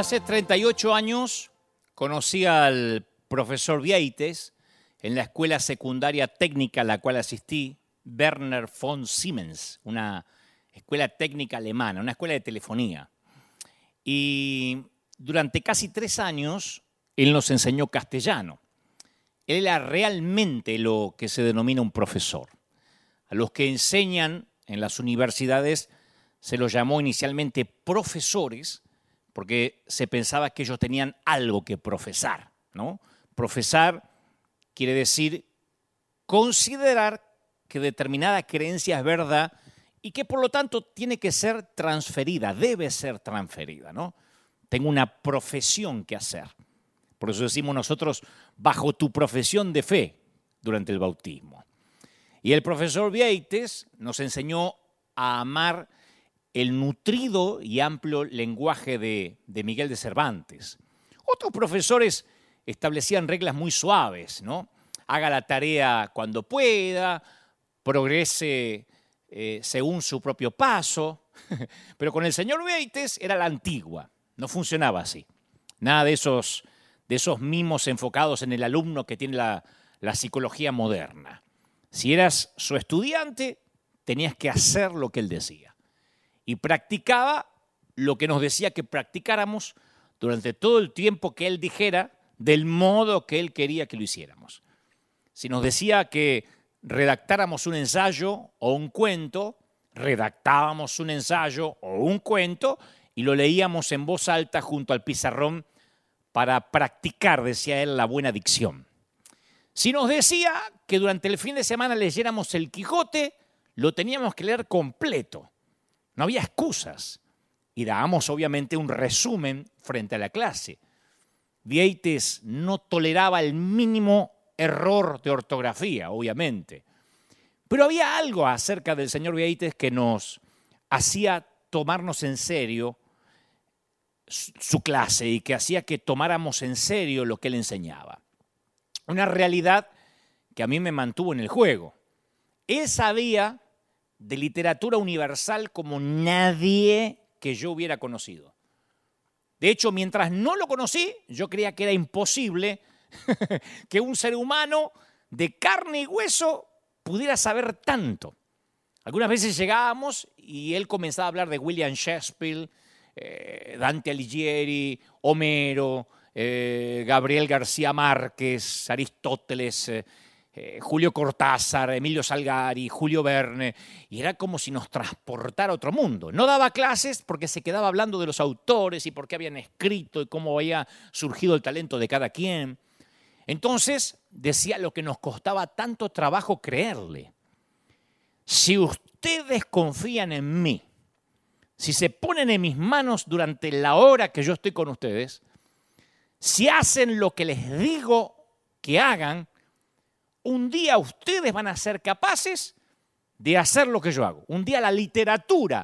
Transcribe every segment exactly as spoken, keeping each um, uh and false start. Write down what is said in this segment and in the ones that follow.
Hace treinta y ocho años conocí al profesor Vieites en la escuela secundaria técnica a la cual asistí, Werner von Siemens, una escuela técnica alemana, una escuela de telefonía. Y durante casi tres años él nos enseñó castellano. Él era realmente lo que se denomina un profesor. A los que enseñan en las universidades se los llamó inicialmente profesores porque se pensaba que ellos tenían algo que profesar, ¿no? Profesar quiere decir considerar que determinada creencia es verdad y que por lo tanto tiene que ser transferida, debe ser transferida, ¿no? Tengo una profesión que hacer. Por eso decimos nosotros, bajo tu profesión de fe durante el bautismo. Y el profesor Vieites nos enseñó a amar el nutrido y amplio lenguaje de, de Miguel de Cervantes. Otros profesores establecían reglas muy suaves, ¿no? Haga la tarea cuando pueda, progrese eh, según su propio paso. Pero con el señor Vieites era la antigua, no funcionaba así. Nada de esos, de esos mimos enfocados en el alumno que tiene la, la psicología moderna. Si eras su estudiante, tenías que hacer lo que él decía. Y practicaba lo que nos decía que practicáramos durante todo el tiempo que él dijera, del modo que él quería que lo hiciéramos. Si nos decía que redactáramos un ensayo o un cuento, redactábamos un ensayo o un cuento y lo leíamos en voz alta junto al pizarrón para practicar, decía él, la buena dicción. Si nos decía que durante el fin de semana leyéramos el Quijote, lo teníamos que leer completo. No había excusas. Y dábamos obviamente un resumen frente a la clase. Vieites no toleraba el mínimo error de ortografía, obviamente. Pero había algo acerca del señor Vieites que nos hacía tomarnos en serio su clase y que hacía que tomáramos en serio lo que él enseñaba. Una realidad que a mí me mantuvo en el juego. Él sabía de literatura universal como nadie que yo hubiera conocido. De hecho, mientras no lo conocí, yo creía que era imposible que un ser humano de carne y hueso pudiera saber tanto. Algunas veces llegábamos y él comenzaba a hablar de William Shakespeare, eh, Dante Alighieri, Homero, eh, Gabriel García Márquez, Aristóteles, eh, eh, Julio Cortázar, Emilio Salgari, Julio Verne, y era como si nos transportara a otro mundo. No daba clases porque se quedaba hablando de los autores y por qué habían escrito y cómo había surgido el talento de cada quien. Entonces decía lo que nos costaba tanto trabajo creerle. Si ustedes confían en mí, si se ponen en mis manos durante la hora que yo estoy con ustedes, si hacen lo que les digo que hagan, un día ustedes van a ser capaces de hacer lo que yo hago. Un día la literatura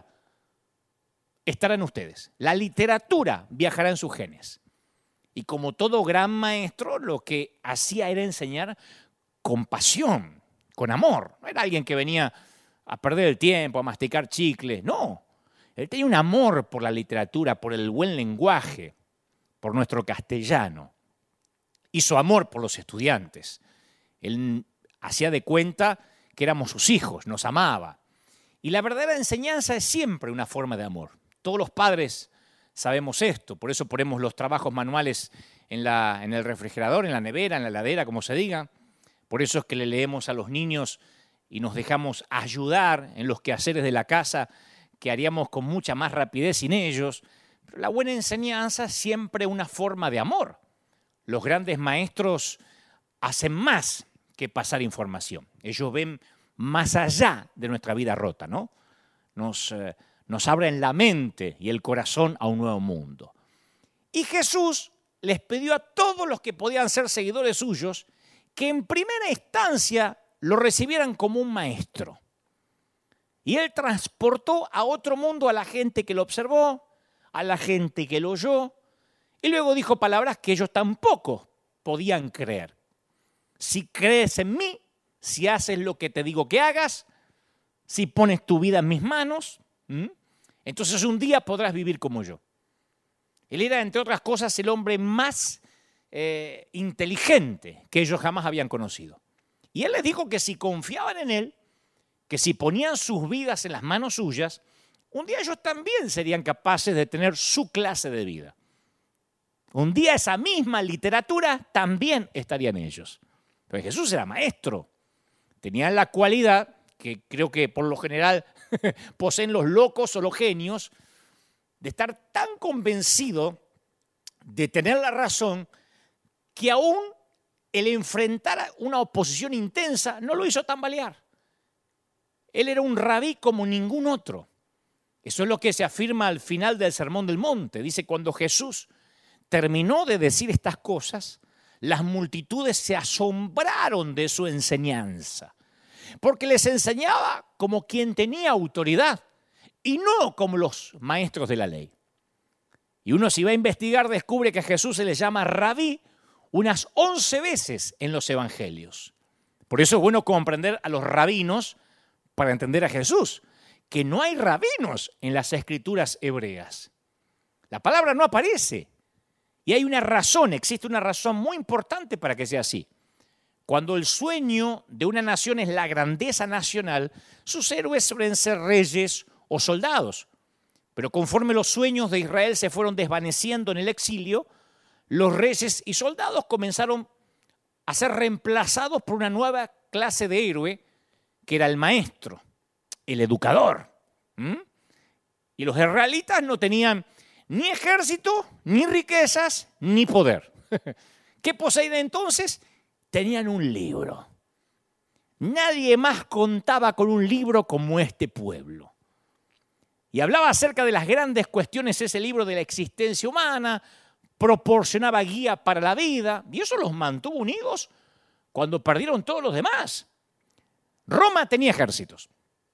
estará en ustedes. La literatura viajará en sus genes. Y como todo gran maestro, lo que hacía era enseñar con pasión, con amor. No era alguien que venía a perder el tiempo, a masticar chicles. No, él tenía un amor por la literatura, por el buen lenguaje, por nuestro castellano. Hizo amor por los estudiantes. Él hacía de cuenta que éramos sus hijos, nos amaba. Y la verdadera enseñanza es siempre una forma de amor. Todos los padres sabemos esto, por eso ponemos los trabajos manuales en, la, en el refrigerador, en la nevera, en la heladera, como se diga. Por eso es que le leemos a los niños y nos dejamos ayudar en los quehaceres de la casa que haríamos con mucha más rapidez sin ellos. Pero la buena enseñanza es siempre una forma de amor. Los grandes maestros hacen más que pasar información. Ellos ven más allá de nuestra vida rota, ¿no? Nos, eh, nos abren la mente y el corazón a un nuevo mundo. Y Jesús les pidió a todos los que podían ser seguidores suyos que en primera instancia lo recibieran como un maestro. Y él transportó a otro mundo a la gente que lo observó, a la gente que lo oyó, y luego dijo palabras que ellos tampoco podían creer. Si crees en mí, si haces lo que te digo que hagas, si pones tu vida en mis manos, ¿m? entonces un día podrás vivir como yo. Él era, entre otras cosas, el hombre más eh, inteligente que ellos jamás habían conocido. Y él les dijo que si confiaban en él, que si ponían sus vidas en las manos suyas, un día ellos también serían capaces de tener su clase de vida. Un día esa misma literatura también estaría en ellos. Pero Jesús era maestro. Tenía la cualidad, que creo que por lo general poseen los locos o los genios, de estar tan convencido de tener la razón que aún el enfrentar una oposición intensa no lo hizo tambalear. Él era un rabí como ningún otro. Eso es lo que se afirma al final del Sermón del Monte. Dice, cuando Jesús terminó de decir estas cosas, las multitudes se asombraron de su enseñanza, porque les enseñaba como quien tenía autoridad y no como los maestros de la ley. Y uno, si va a investigar, descubre que a Jesús se le llama rabí unas once veces en los evangelios. Por eso es bueno comprender a los rabinos para entender a Jesús, que no hay rabinos en las escrituras hebreas. La palabra no aparece. Y hay una razón, existe una razón muy importante para que sea así. Cuando el sueño de una nación es la grandeza nacional, sus héroes suelen ser reyes o soldados. Pero conforme los sueños de Israel se fueron desvaneciendo en el exilio, los reyes y soldados comenzaron a ser reemplazados por una nueva clase de héroe, que era el maestro, el educador. ¿Mm? Y los israelitas no tenían ni ejército, ni riquezas, ni poder. ¿Qué poseían entonces? Tenían un libro. Nadie más contaba con un libro como este pueblo. Y hablaba acerca de las grandes cuestiones ese libro de la existencia humana, proporcionaba guía para la vida, y eso los mantuvo unidos cuando perdieron todos los demás. Roma tenía ejércitos.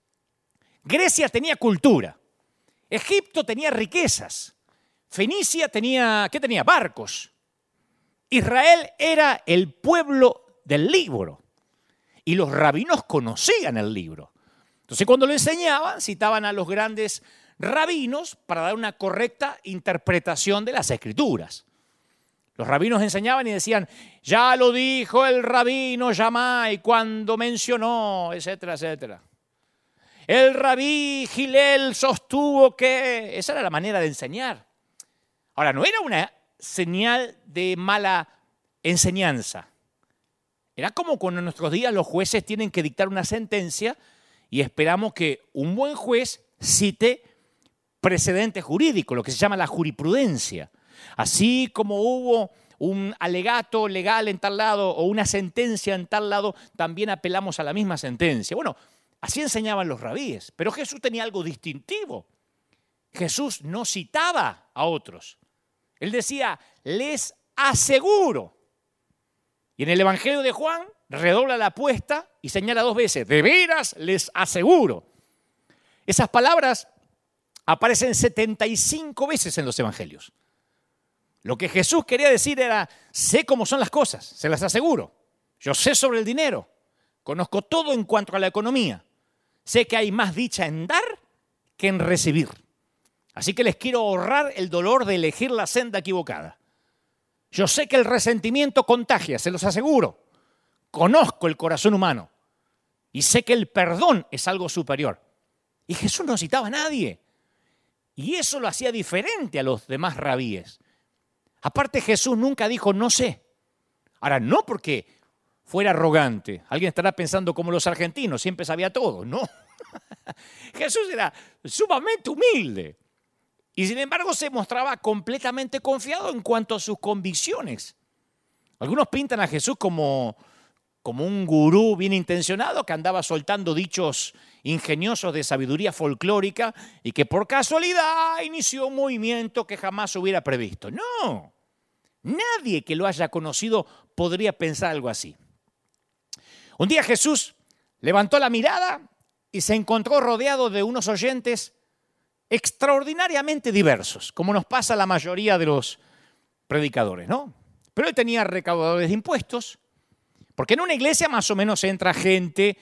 Grecia tenía cultura. Egipto tenía riquezas. Fenicia tenía, ¿qué tenía? Barcos. Israel era el pueblo del libro. Y los rabinos conocían el libro. Entonces, cuando lo enseñaban, citaban a los grandes rabinos para dar una correcta interpretación de las escrituras. Los rabinos enseñaban y decían, ya lo dijo el rabino Shammai cuando mencionó, etcétera, etcétera. El rabí Gilel sostuvo que... Esa era la manera de enseñar. Ahora, no era una señal de mala enseñanza. Era como cuando en nuestros días los jueces tienen que dictar una sentencia y esperamos que un buen juez cite precedente jurídico, lo que se llama la jurisprudencia. Así como hubo un alegato legal en tal lado o una sentencia en tal lado, también apelamos a la misma sentencia. Bueno, así enseñaban los rabíes, pero Jesús tenía algo distintivo. Jesús no citaba a otros. Él decía, les aseguro. Y en el Evangelio de Juan redobla la apuesta y señala dos veces, de veras les aseguro. Esas palabras aparecen setenta y cinco veces en los Evangelios. Lo que Jesús quería decir era, sé cómo son las cosas, se las aseguro. Yo sé sobre el dinero, conozco todo en cuanto a la economía. Sé que hay más dicha en dar que en recibir. Así que les quiero ahorrar el dolor de elegir la senda equivocada. Yo sé que el resentimiento contagia, se los aseguro. Conozco el corazón humano y sé que el perdón es algo superior. Y Jesús no citaba a nadie. Y eso lo hacía diferente a los demás rabíes. Aparte, Jesús nunca dijo no sé. Ahora, no porque fuera arrogante. Alguien estará pensando como los argentinos, siempre sabía todo. No. Jesús era sumamente humilde. Y sin embargo se mostraba completamente confiado en cuanto a sus convicciones. Algunos pintan a Jesús como, como un gurú bien intencionado que andaba soltando dichos ingeniosos de sabiduría folclórica y que por casualidad inició un movimiento que jamás hubiera previsto. No, nadie que lo haya conocido podría pensar algo así. Un día Jesús levantó la mirada y se encontró rodeado de unos oyentes extraordinariamente diversos, como nos pasa a la mayoría de los predicadores, ¿no? Pero él tenía recaudadores de impuestos, porque en una iglesia más o menos entra gente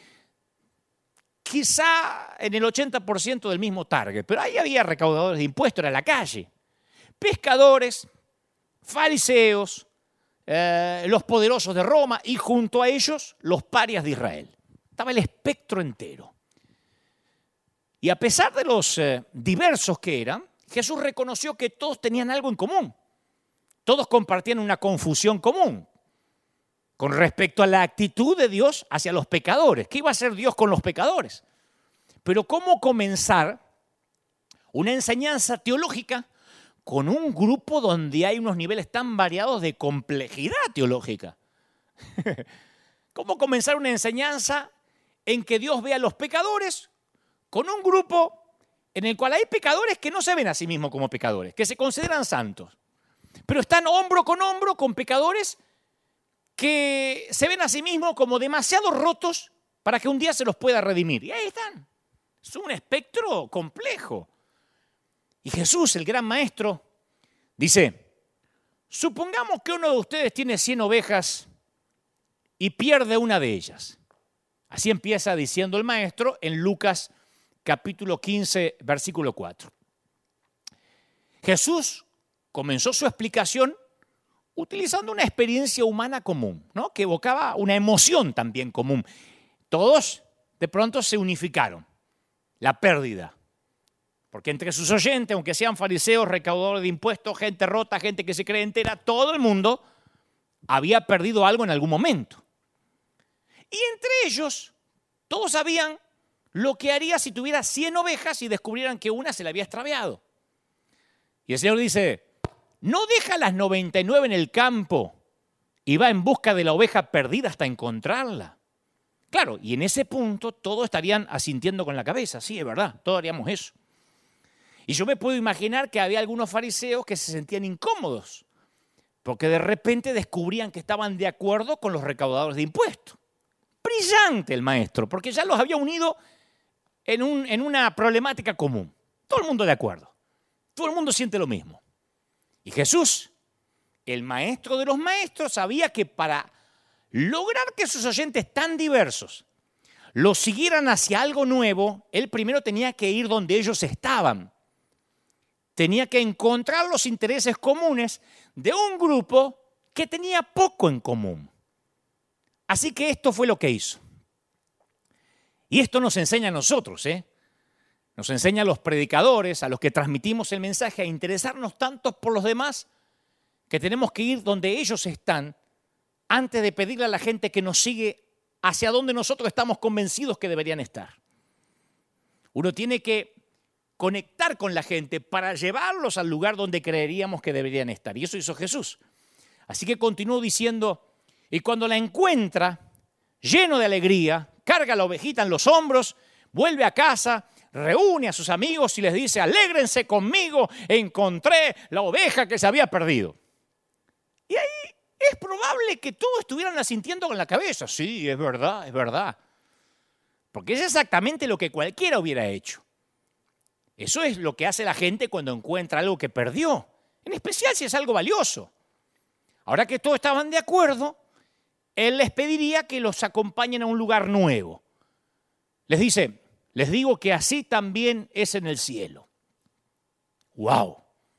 quizá en el ochenta por ciento del mismo target, pero ahí había recaudadores de impuestos, era la calle. pescadores, fariseos, eh, los poderosos de Roma y junto a ellos los parias de Israel. Estaba el espectro entero. Y a pesar de los eh, diversos que eran, Jesús reconoció que todos tenían algo en común. Todos compartían una confusión común con respecto a la actitud de Dios hacia los pecadores. ¿Qué iba a hacer Dios con los pecadores? Pero ¿cómo comenzar una enseñanza teológica con un grupo donde hay unos niveles tan variados de complejidad teológica? ¿Cómo comenzar una enseñanza en que Dios ve a los pecadores con un grupo en el cual hay pecadores que no se ven a sí mismos como pecadores, que se consideran santos, pero están hombro con hombro con pecadores que se ven a sí mismos como demasiado rotos para que un día se los pueda redimir? Y ahí están. Es un espectro complejo. Y Jesús, el gran maestro, dice, supongamos que uno de ustedes tiene cien ovejas y pierde una de ellas. Así empieza diciendo el maestro en Lucas capítulo quince, versículo cuatro. Jesús comenzó su explicación utilizando una experiencia humana común, ¿no? Que evocaba una emoción también común. Todos de pronto se unificaron. La pérdida. Porque entre sus oyentes, aunque sean fariseos, recaudadores de impuestos, gente rota, gente que se cree entera, todo el mundo había perdido algo en algún momento. Y entre ellos, todos sabían lo que haría si tuviera cien ovejas y descubrieran que una se le había extraviado. Y el Señor dice, ¿no deja las noventa y nueve en el campo y va en busca de la oveja perdida hasta encontrarla? Claro, y en ese punto todos estarían asintiendo con la cabeza. Sí, es verdad, todos haríamos eso. Y yo me puedo imaginar que había algunos fariseos que se sentían incómodos porque de repente descubrían que estaban de acuerdo con los recaudadores de impuestos. Brillante el maestro, porque ya los había unido en, un, en una problemática común. Todo el mundo de acuerdo. Todo el mundo siente lo mismo. Y Jesús, el maestro de los maestros, sabía que para lograr que sus oyentes tan diversos los siguieran hacia algo nuevo, él primero tenía que ir donde ellos estaban. Tenía que encontrar los intereses comunes de un grupo que tenía poco en común. Así que esto fue lo que hizo. Y esto nos enseña a nosotros, ¿eh? Nos enseña a los predicadores, a los que transmitimos el mensaje, a interesarnos tanto por los demás que tenemos que ir donde ellos están antes de pedirle a la gente que nos sigue hacia donde nosotros estamos convencidos que deberían estar. Uno tiene que conectar con la gente para llevarlos al lugar donde creeríamos que deberían estar. Y eso hizo Jesús. Así que continuó diciendo, y cuando la encuentra, lleno de alegría, carga la ovejita en los hombros, vuelve a casa, reúne a sus amigos y les dice, alégrense conmigo, encontré la oveja que se había perdido. Y ahí es probable que todos estuvieran asintiendo con la cabeza. Sí, es verdad, es verdad. Porque es exactamente lo que cualquiera hubiera hecho. Eso es lo que hace la gente cuando encuentra algo que perdió, en especial si es algo valioso. Ahora que todos estaban de acuerdo, él les pediría que los acompañen a un lugar nuevo. Les dice, les digo que así también es en el cielo. ¡Wow!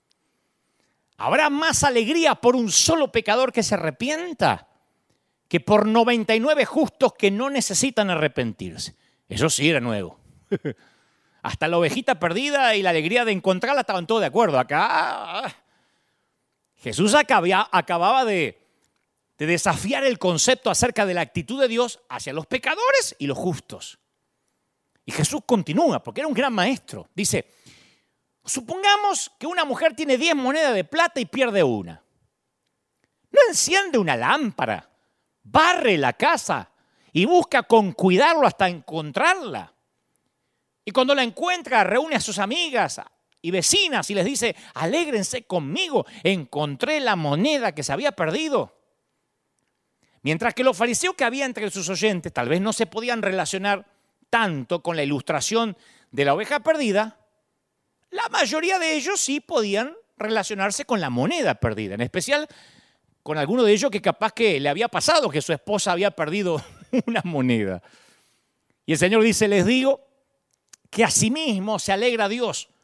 ¿Habrá más alegría por un solo pecador que se arrepienta que por noventa y nueve justos que no necesitan arrepentirse? Eso sí era nuevo. Hasta la ovejita perdida y la alegría de encontrarla estaban todos de acuerdo. Acá Jesús acababa, acababa de, de desafiar el concepto acerca de la actitud de Dios hacia los pecadores y los justos. Y Jesús continúa, porque era un gran maestro. Dice, supongamos que una mujer tiene diez monedas de plata y pierde una. No enciende una lámpara, barre la casa y busca con cuidarlo hasta encontrarla. Y cuando la encuentra, reúne a sus amigas y vecinas y les dice, alégrense conmigo, encontré la moneda que se había perdido. Mientras que los fariseos que había entre sus oyentes tal vez no se podían relacionar tanto con la ilustración de la oveja perdida, la mayoría de ellos sí podían relacionarse con la moneda perdida, en especial con alguno de ellos que capaz que le había pasado que su esposa había perdido una moneda. Y el Señor dice, les digo que asimismo se alegra Dios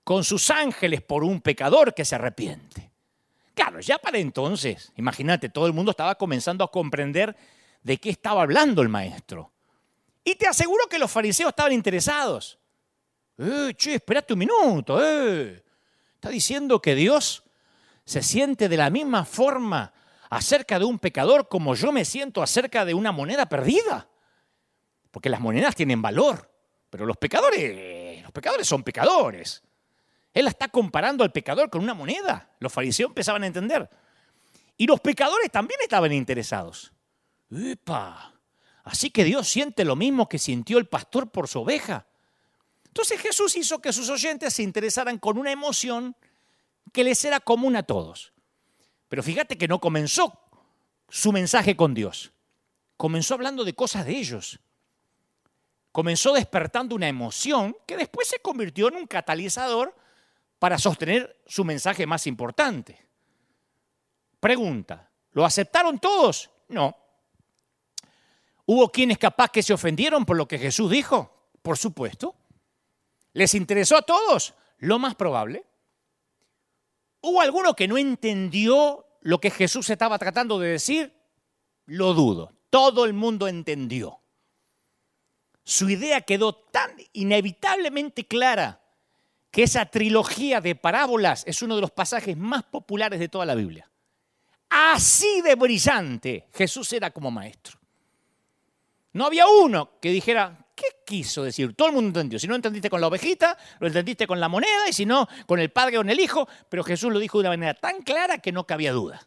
con sus ángeles por un pecador que se arrepiente. Claro, ya para entonces, imagínate, todo el mundo estaba comenzando a comprender de qué estaba hablando el maestro. Y te aseguro que los fariseos estaban interesados. Eh, che, espérate un minuto, eh. Está diciendo que Dios se siente de la misma forma acerca de un pecador como yo me siento acerca de una moneda perdida. Porque las monedas tienen valor, pero los pecadores, los pecadores son pecadores. Él está comparando al pecador con una moneda. Los fariseos empezaban a entender. Y los pecadores también estaban interesados. ¡Epa! Así que Dios siente lo mismo que sintió el pastor por su oveja. Entonces Jesús hizo que sus oyentes se interesaran con una emoción que les era común a todos. Pero fíjate que no comenzó su mensaje con Dios. Comenzó hablando de cosas de ellos. Comenzó despertando una emoción que después se convirtió en un catalizador para sostener su mensaje más importante. Pregunta, ¿lo aceptaron todos? No. ¿Hubo quienes capaz que se ofendieron por lo que Jesús dijo? Por supuesto. ¿Les interesó a todos? Lo más probable. ¿Hubo alguno que no entendió lo que Jesús estaba tratando de decir? Lo dudo. Todo el mundo entendió. Su idea quedó tan inevitablemente clara que esa trilogía de parábolas es uno de los pasajes más populares de toda la Biblia. Así de brillante Jesús era como maestro. No había uno que dijera, ¿qué quiso decir? Todo el mundo entendió. Si no entendiste con la ovejita, lo entendiste con la moneda, y si no, con el padre o con el hijo, pero Jesús lo dijo de una manera tan clara que no cabía duda.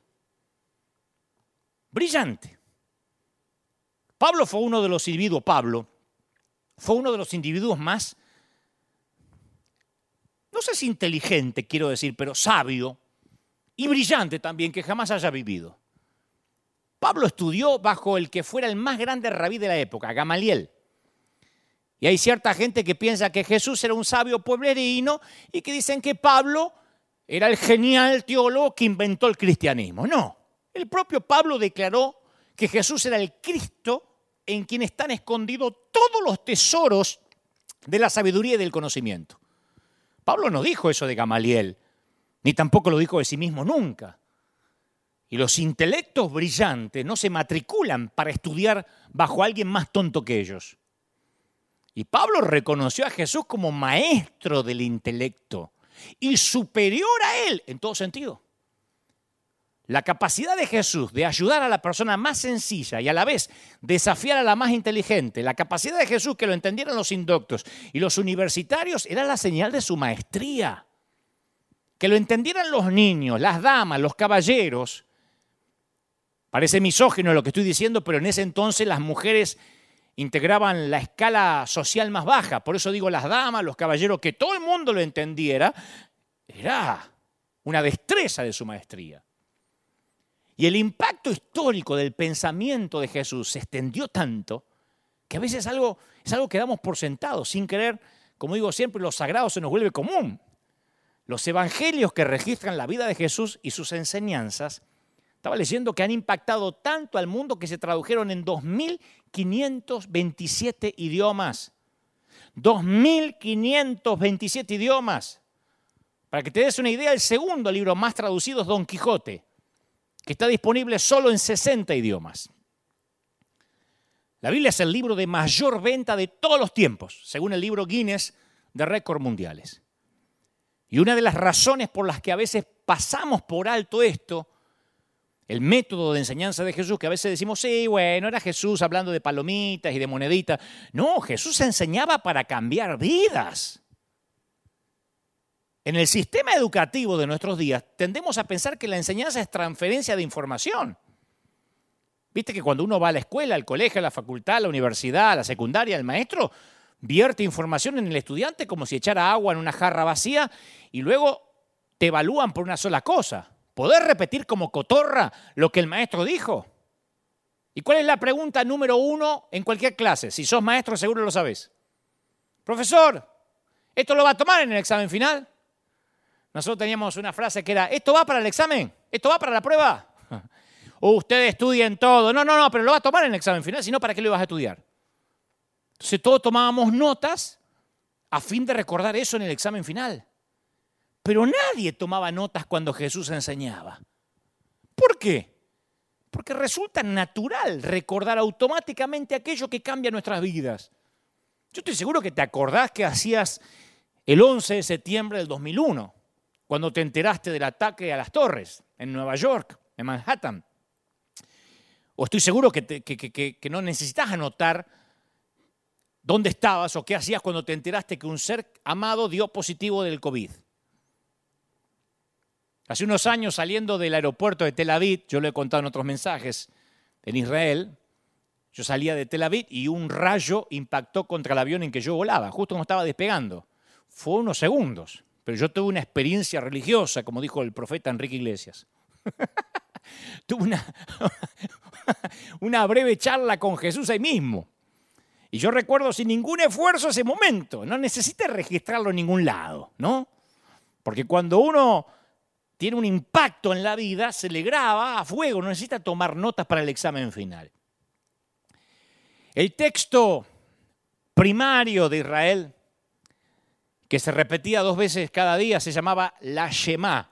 Brillante. Pablo fue uno de los individuos, Pablo, fue uno de los individuos más, no sé si inteligente, quiero decir, pero sabio y brillante también, que jamás haya vivido. Pablo estudió bajo el que fuera el más grande rabí de la época, Gamaliel. Y hay cierta gente que piensa que Jesús era un sabio pueblerino y que dicen que Pablo era el genial teólogo que inventó el cristianismo. No, el propio Pablo declaró que Jesús era el Cristo en quien están escondidos todos los tesoros de la sabiduría y del conocimiento. Pablo no dijo eso de Gamaliel, ni tampoco lo dijo de sí mismo nunca. Y los intelectos brillantes no se matriculan para estudiar bajo alguien más tonto que ellos. Y Pablo reconoció a Jesús como maestro del intelecto y superior a él en todo sentido. La capacidad de Jesús de ayudar a la persona más sencilla y a la vez desafiar a la más inteligente, la capacidad de Jesús que lo entendieran los indoctos y los universitarios era la señal de su maestría. Que lo entendieran los niños, las damas, los caballeros. Parece misógino lo que estoy diciendo, pero en ese entonces las mujeres integraban la escala social más baja. Por eso digo las damas, los caballeros, que todo el mundo lo entendiera, era una destreza de su maestría. Y el impacto histórico del pensamiento de Jesús se extendió tanto que a veces es algo, es algo que damos por sentado, sin querer, como digo siempre, lo sagrado se nos vuelve común. Los evangelios que registran la vida de Jesús y sus enseñanzas, estaba leyendo que han impactado tanto al mundo que se tradujeron en dos mil quinientos veintisiete idiomas. dos mil quinientos veintisiete idiomas. Para que te des una idea, el segundo libro más traducido es Don Quijote, que está disponible solo en sesenta idiomas. La Biblia es el libro de mayor venta de todos los tiempos, según el libro Guinness de récords mundiales. Y una de las razones por las que a veces pasamos por alto esto, el método de enseñanza de Jesús, que a veces decimos, sí, bueno, era Jesús hablando de palomitas y de moneditas. No, Jesús enseñaba para cambiar vidas. En el sistema educativo de nuestros días tendemos a pensar que la enseñanza es transferencia de información. Viste que cuando uno va a la escuela, al colegio, a la facultad, a la universidad, a la secundaria, el maestro vierte información en el estudiante como si echara agua en una jarra vacía y luego te evalúan por una sola cosa. ¿Poder repetir como cotorra lo que el maestro dijo? ¿Y cuál es la pregunta número uno en cualquier clase? Si sos maestro seguro lo sabés. Profesor, ¿esto lo va a tomar en el examen final? Nosotros teníamos una frase que era, ¿esto va para el examen? ¿Esto va para la prueba? O ustedes estudien todo. No, no, no, pero lo va a tomar en el examen final, si no, ¿para qué lo ibas a estudiar? Entonces todos tomábamos notas a fin de recordar eso en el examen final. Pero nadie tomaba notas cuando Jesús enseñaba. ¿Por qué? Porque resulta natural recordar automáticamente aquello que cambia nuestras vidas. Yo estoy seguro que te acordás que hacías el once de septiembre del dos mil uno, cuando te enteraste del ataque a las torres en Nueva York, en Manhattan. O estoy seguro que, te, que, que, que no necesitas anotar dónde estabas o qué hacías cuando te enteraste que un ser amado dio positivo del COVID. Hace unos años, saliendo del aeropuerto de Tel Aviv, yo lo he contado en otros mensajes, en Israel, yo salía de Tel Aviv y un rayo impactó contra el avión en que yo volaba, justo cuando estaba despegando. Fue unos segundos, pero yo tuve una experiencia religiosa, como dijo el profeta Enrique Iglesias. Tuve una, una breve charla con Jesús ahí mismo. Y yo recuerdo sin ningún esfuerzo ese momento. No necesité registrarlo en ningún lado, ¿no? Porque cuando uno tiene un impacto en la vida, se le graba a fuego, no necesita tomar notas para el examen final. El texto primario de Israel, que se repetía dos veces cada día, se llamaba la Shema.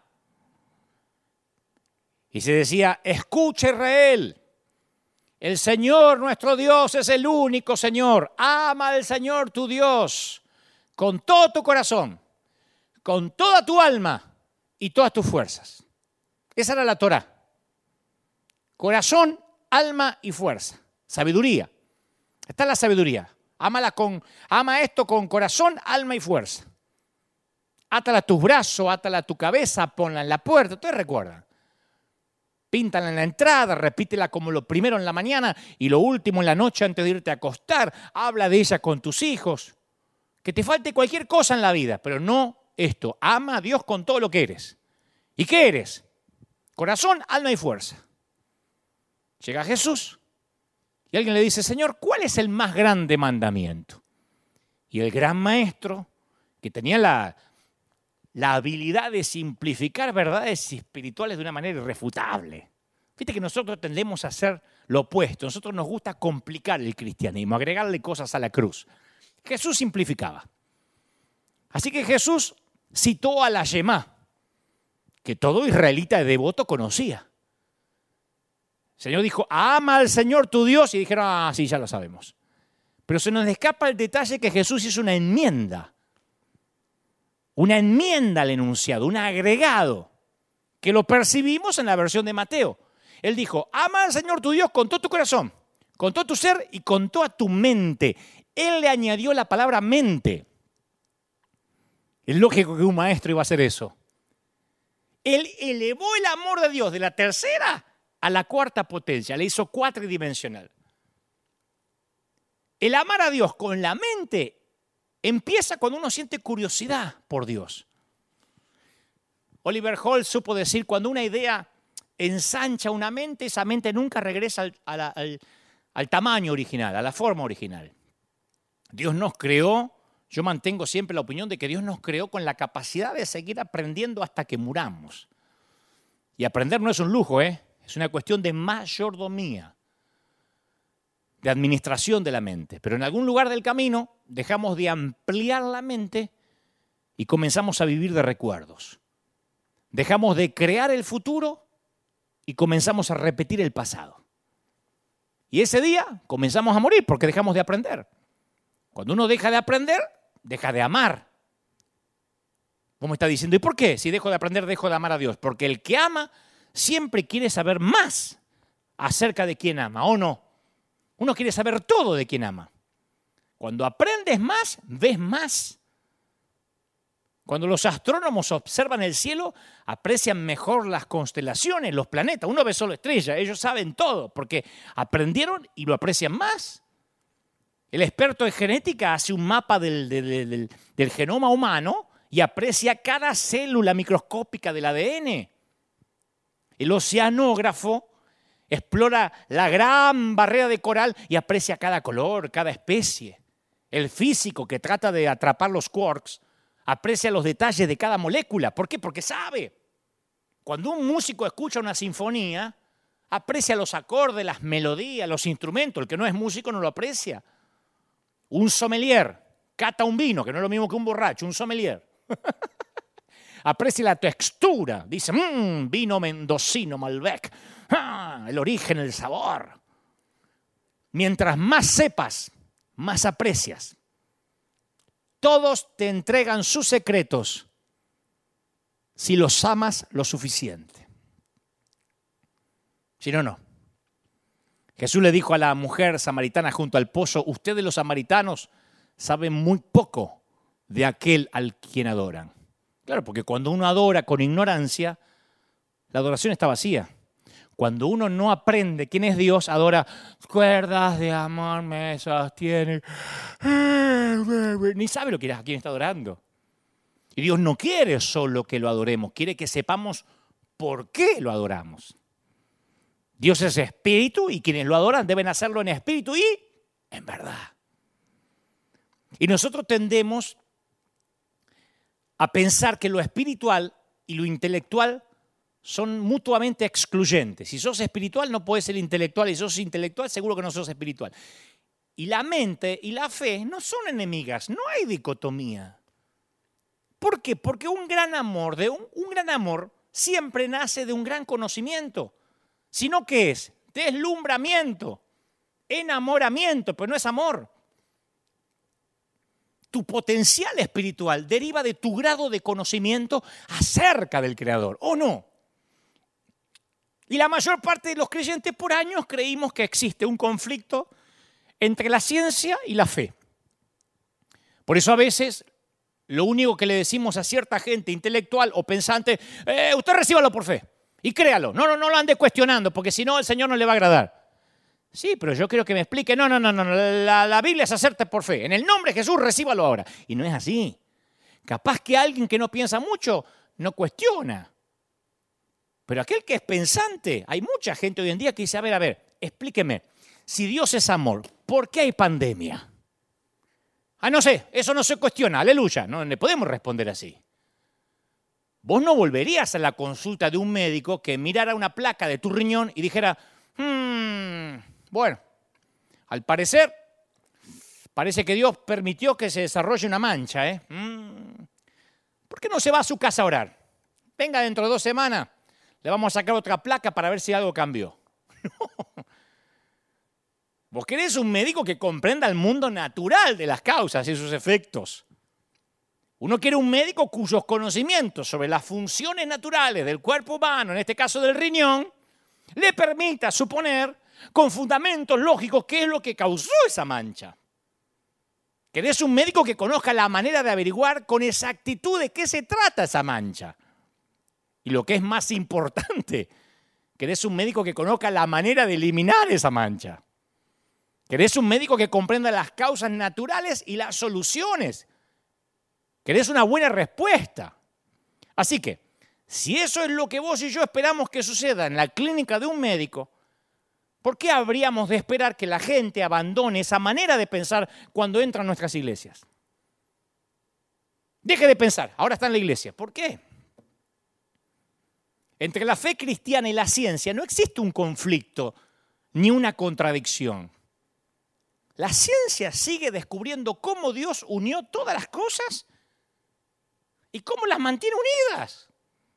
Y se decía, escucha Israel, el Señor nuestro Dios es el único Señor. Ama al Señor tu Dios con todo tu corazón, con toda tu alma y todas tus fuerzas. Esa era la Torá. Corazón, alma y fuerza. Sabiduría. Esta es la sabiduría. Ámala con, ama esto con corazón, alma y fuerza. Átala a tus brazos, átala a tu cabeza, ponla en la puerta. Ustedes recuerdan. Píntala en la entrada, repítela como lo primero en la mañana y lo último en la noche antes de irte a acostar. Habla de ella con tus hijos. Que te falte cualquier cosa en la vida, pero no esto. Ama a Dios con todo lo que eres. ¿Y qué eres? Corazón, alma y fuerza. Llega Jesús y alguien le dice, Señor, ¿cuál es el más grande mandamiento? Y el gran maestro, que tenía la, la habilidad de simplificar verdades espirituales de una manera irrefutable. Fíjate que nosotros tendemos a hacer lo opuesto. A nosotros nos gusta complicar el cristianismo, agregarle cosas a la cruz. Jesús simplificaba. Así que Jesús citó a la Shema, que todo israelita devoto conocía. El Señor dijo, ama al Señor tu Dios, y dijeron, ah, sí, ya lo sabemos. Pero se nos escapa el detalle que Jesús hizo una enmienda. Una enmienda al enunciado, un agregado, que lo percibimos en la versión de Mateo. Él dijo, ama al Señor tu Dios con todo tu corazón, con todo tu ser y con toda tu mente. Él le añadió la palabra mente. Es lógico que un maestro iba a hacer eso. Él elevó el amor de Dios de la tercera a la cuarta potencia, le hizo cuatridimensional. El amar a Dios con la mente empieza cuando uno siente curiosidad por Dios. Oliver Holt supo decir, cuando una idea ensancha una mente, esa mente nunca regresa al, al, al, al tamaño original, a la forma original. Dios nos creó, yo mantengo siempre la opinión de que Dios nos creó con la capacidad de seguir aprendiendo hasta que muramos. Y aprender no es un lujo, ¿eh? Es una cuestión de mayordomía, de administración de la mente. Pero en algún lugar del camino dejamos de ampliar la mente y comenzamos a vivir de recuerdos. Dejamos de crear el futuro y comenzamos a repetir el pasado. Y ese día comenzamos a morir porque dejamos de aprender. Cuando uno deja de aprender, deja de amar. ¿Cómo está diciendo? ¿Y por qué? Si dejo de aprender, dejo de amar a Dios. Porque el que ama siempre quiere saber más acerca de quién ama, ¿o no? Uno quiere saber todo de quién ama. Cuando aprendes más, ves más. Cuando los astrónomos observan el cielo, aprecian mejor las constelaciones, los planetas. Uno ve solo estrellas, ellos saben todo, porque aprendieron y lo aprecian más. El experto en genética hace un mapa del, del, del, del genoma humano y aprecia cada célula microscópica del A D N. El oceanógrafo explora la gran barrera de coral y aprecia cada color, cada especie. El físico que trata de atrapar los quarks aprecia los detalles de cada molécula. ¿Por qué? Porque sabe. Cuando un músico escucha una sinfonía, aprecia los acordes, las melodías, los instrumentos. El que no es músico no lo aprecia. Un sommelier cata un vino, que no es lo mismo que un borracho, un sommelier. aprecia la textura. Dice, mmm, vino mendocino Malbec. Ah, el origen, el sabor. Mientras más sepas, más aprecias. Todos te entregan sus secretos si los amas lo suficiente. Si no, no. Jesús le dijo a la mujer samaritana junto al pozo, ustedes los samaritanos saben muy poco de aquel al quien adoran. Claro, porque cuando uno adora con ignorancia, la adoración está vacía. Cuando uno no aprende quién es Dios, adora, cuerdas de amor me sostienen. Ni sabe lo que, a quién está adorando. Y Dios no quiere solo que lo adoremos, quiere que sepamos por qué lo adoramos. Dios es espíritu y quienes lo adoran deben hacerlo en espíritu y en verdad. Y nosotros tendemos a pensar que lo espiritual y lo intelectual son mutuamente excluyentes. Si sos espiritual no puedes ser intelectual y si sos intelectual seguro que no sos espiritual. Y la mente y la fe no son enemigas, no hay dicotomía. ¿Por qué? Porque un gran amor, de un, un gran amor siempre nace de un gran conocimiento. Sino ¿qué es? Deslumbramiento, enamoramiento, pero no es amor. Tu potencial espiritual deriva de tu grado de conocimiento acerca del Creador, ¿o no? Y la mayor parte de los creyentes por años creímos que existe un conflicto entre la ciencia y la fe. Por eso a veces lo único que le decimos a cierta gente intelectual o pensante, eh, usted recíbalo por fe. Y créalo, no, no, no lo ande cuestionando, porque si no el Señor no le va a agradar. Sí, pero yo quiero que me explique, no, no, no, no, la, la Biblia es hacerte por fe. En el nombre de Jesús, recíbalo ahora. Y no es así. Capaz que alguien que no piensa mucho no cuestiona. Pero aquel que es pensante, hay mucha gente hoy en día que dice, a ver, a ver, explíqueme, si Dios es amor, ¿por qué hay pandemia? Ah, no sé, eso no se cuestiona, aleluya, no le podemos responder así. Vos no volverías a la consulta de un médico que mirara una placa de tu riñón y dijera, hmm, bueno, al parecer, parece que Dios permitió que se desarrolle una mancha, ¿eh? Hmm, ¿por qué no se va a su casa a orar? Venga dentro de dos semanas, le vamos a sacar otra placa para ver si algo cambió. Vos querés un médico que comprenda el mundo natural de las causas y sus efectos. Uno quiere un médico cuyos conocimientos sobre las funciones naturales del cuerpo humano, en este caso del riñón, le permita suponer con fundamentos lógicos qué es lo que causó esa mancha. Querés un médico que conozca la manera de averiguar con exactitud de qué se trata esa mancha. Y lo que es más importante, querés un médico que conozca la manera de eliminar esa mancha. Querés un médico que comprenda las causas naturales y las soluciones. Querés una buena respuesta. Así que, si eso es lo que vos y yo esperamos que suceda en la clínica de un médico, ¿por qué habríamos de esperar que la gente abandone esa manera de pensar cuando entra a nuestras iglesias? Deje de pensar, ahora está en la iglesia. ¿Por qué? Entre la fe cristiana y la ciencia no existe un conflicto ni una contradicción. La ciencia sigue descubriendo cómo Dios unió todas las cosas y cómo las mantiene unidas.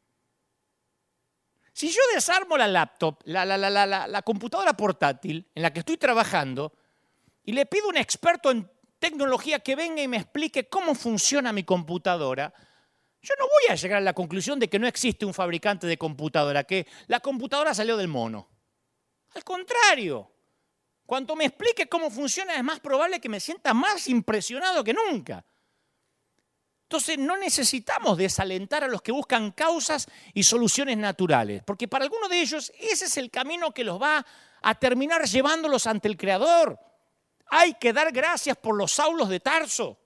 Si yo desarmo la laptop, la, la, la, la, la, la computadora portátil en la que estoy trabajando y le pido a un experto en tecnología que venga y me explique cómo funciona mi computadora, yo no voy a llegar a la conclusión de que no existe un fabricante de computadora, que la computadora salió del mono. Al contrario, cuanto me explique cómo funciona es más probable que me sienta más impresionado que nunca. Entonces no necesitamos desalentar a los que buscan causas y soluciones naturales, porque para algunos de ellos ese es el camino que los va a terminar llevándolos ante el Creador. Hay que dar gracias por los Saulos de Tarso,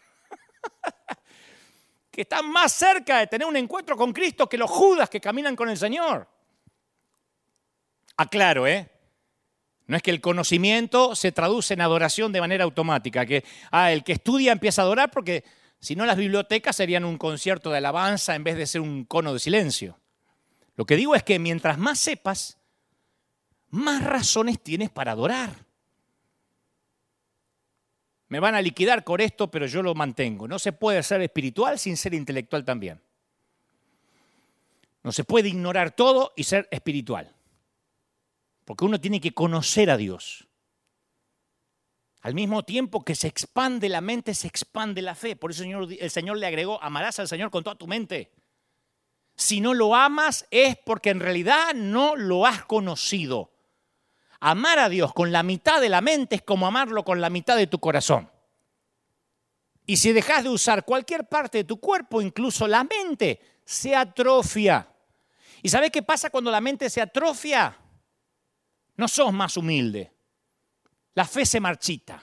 que están más cerca de tener un encuentro con Cristo que los Judas que caminan con el Señor. Aclaro, ¿eh? No es que el conocimiento se traduce en adoración de manera automática, que ah, el que estudia empieza a adorar porque si no las bibliotecas serían un concierto de alabanza en vez de ser un cono de silencio. Lo que digo es que mientras más sepas, más razones tienes para adorar. Me van a liquidar con esto, pero yo lo mantengo. No se puede ser espiritual sin ser intelectual también. No se puede ignorar todo y ser espiritual. Porque uno tiene que conocer a Dios. Al mismo tiempo que se expande la mente, se expande la fe. Por eso el Señor, el Señor le agregó, amarás al Señor con toda tu mente. Si no lo amas es porque en realidad no lo has conocido. Amar a Dios con la mitad de la mente es como amarlo con la mitad de tu corazón. Y si dejas de usar cualquier parte de tu cuerpo, incluso la mente, se atrofia. ¿Y sabes qué pasa cuando la mente se atrofia? No sos más humilde. La fe se marchita.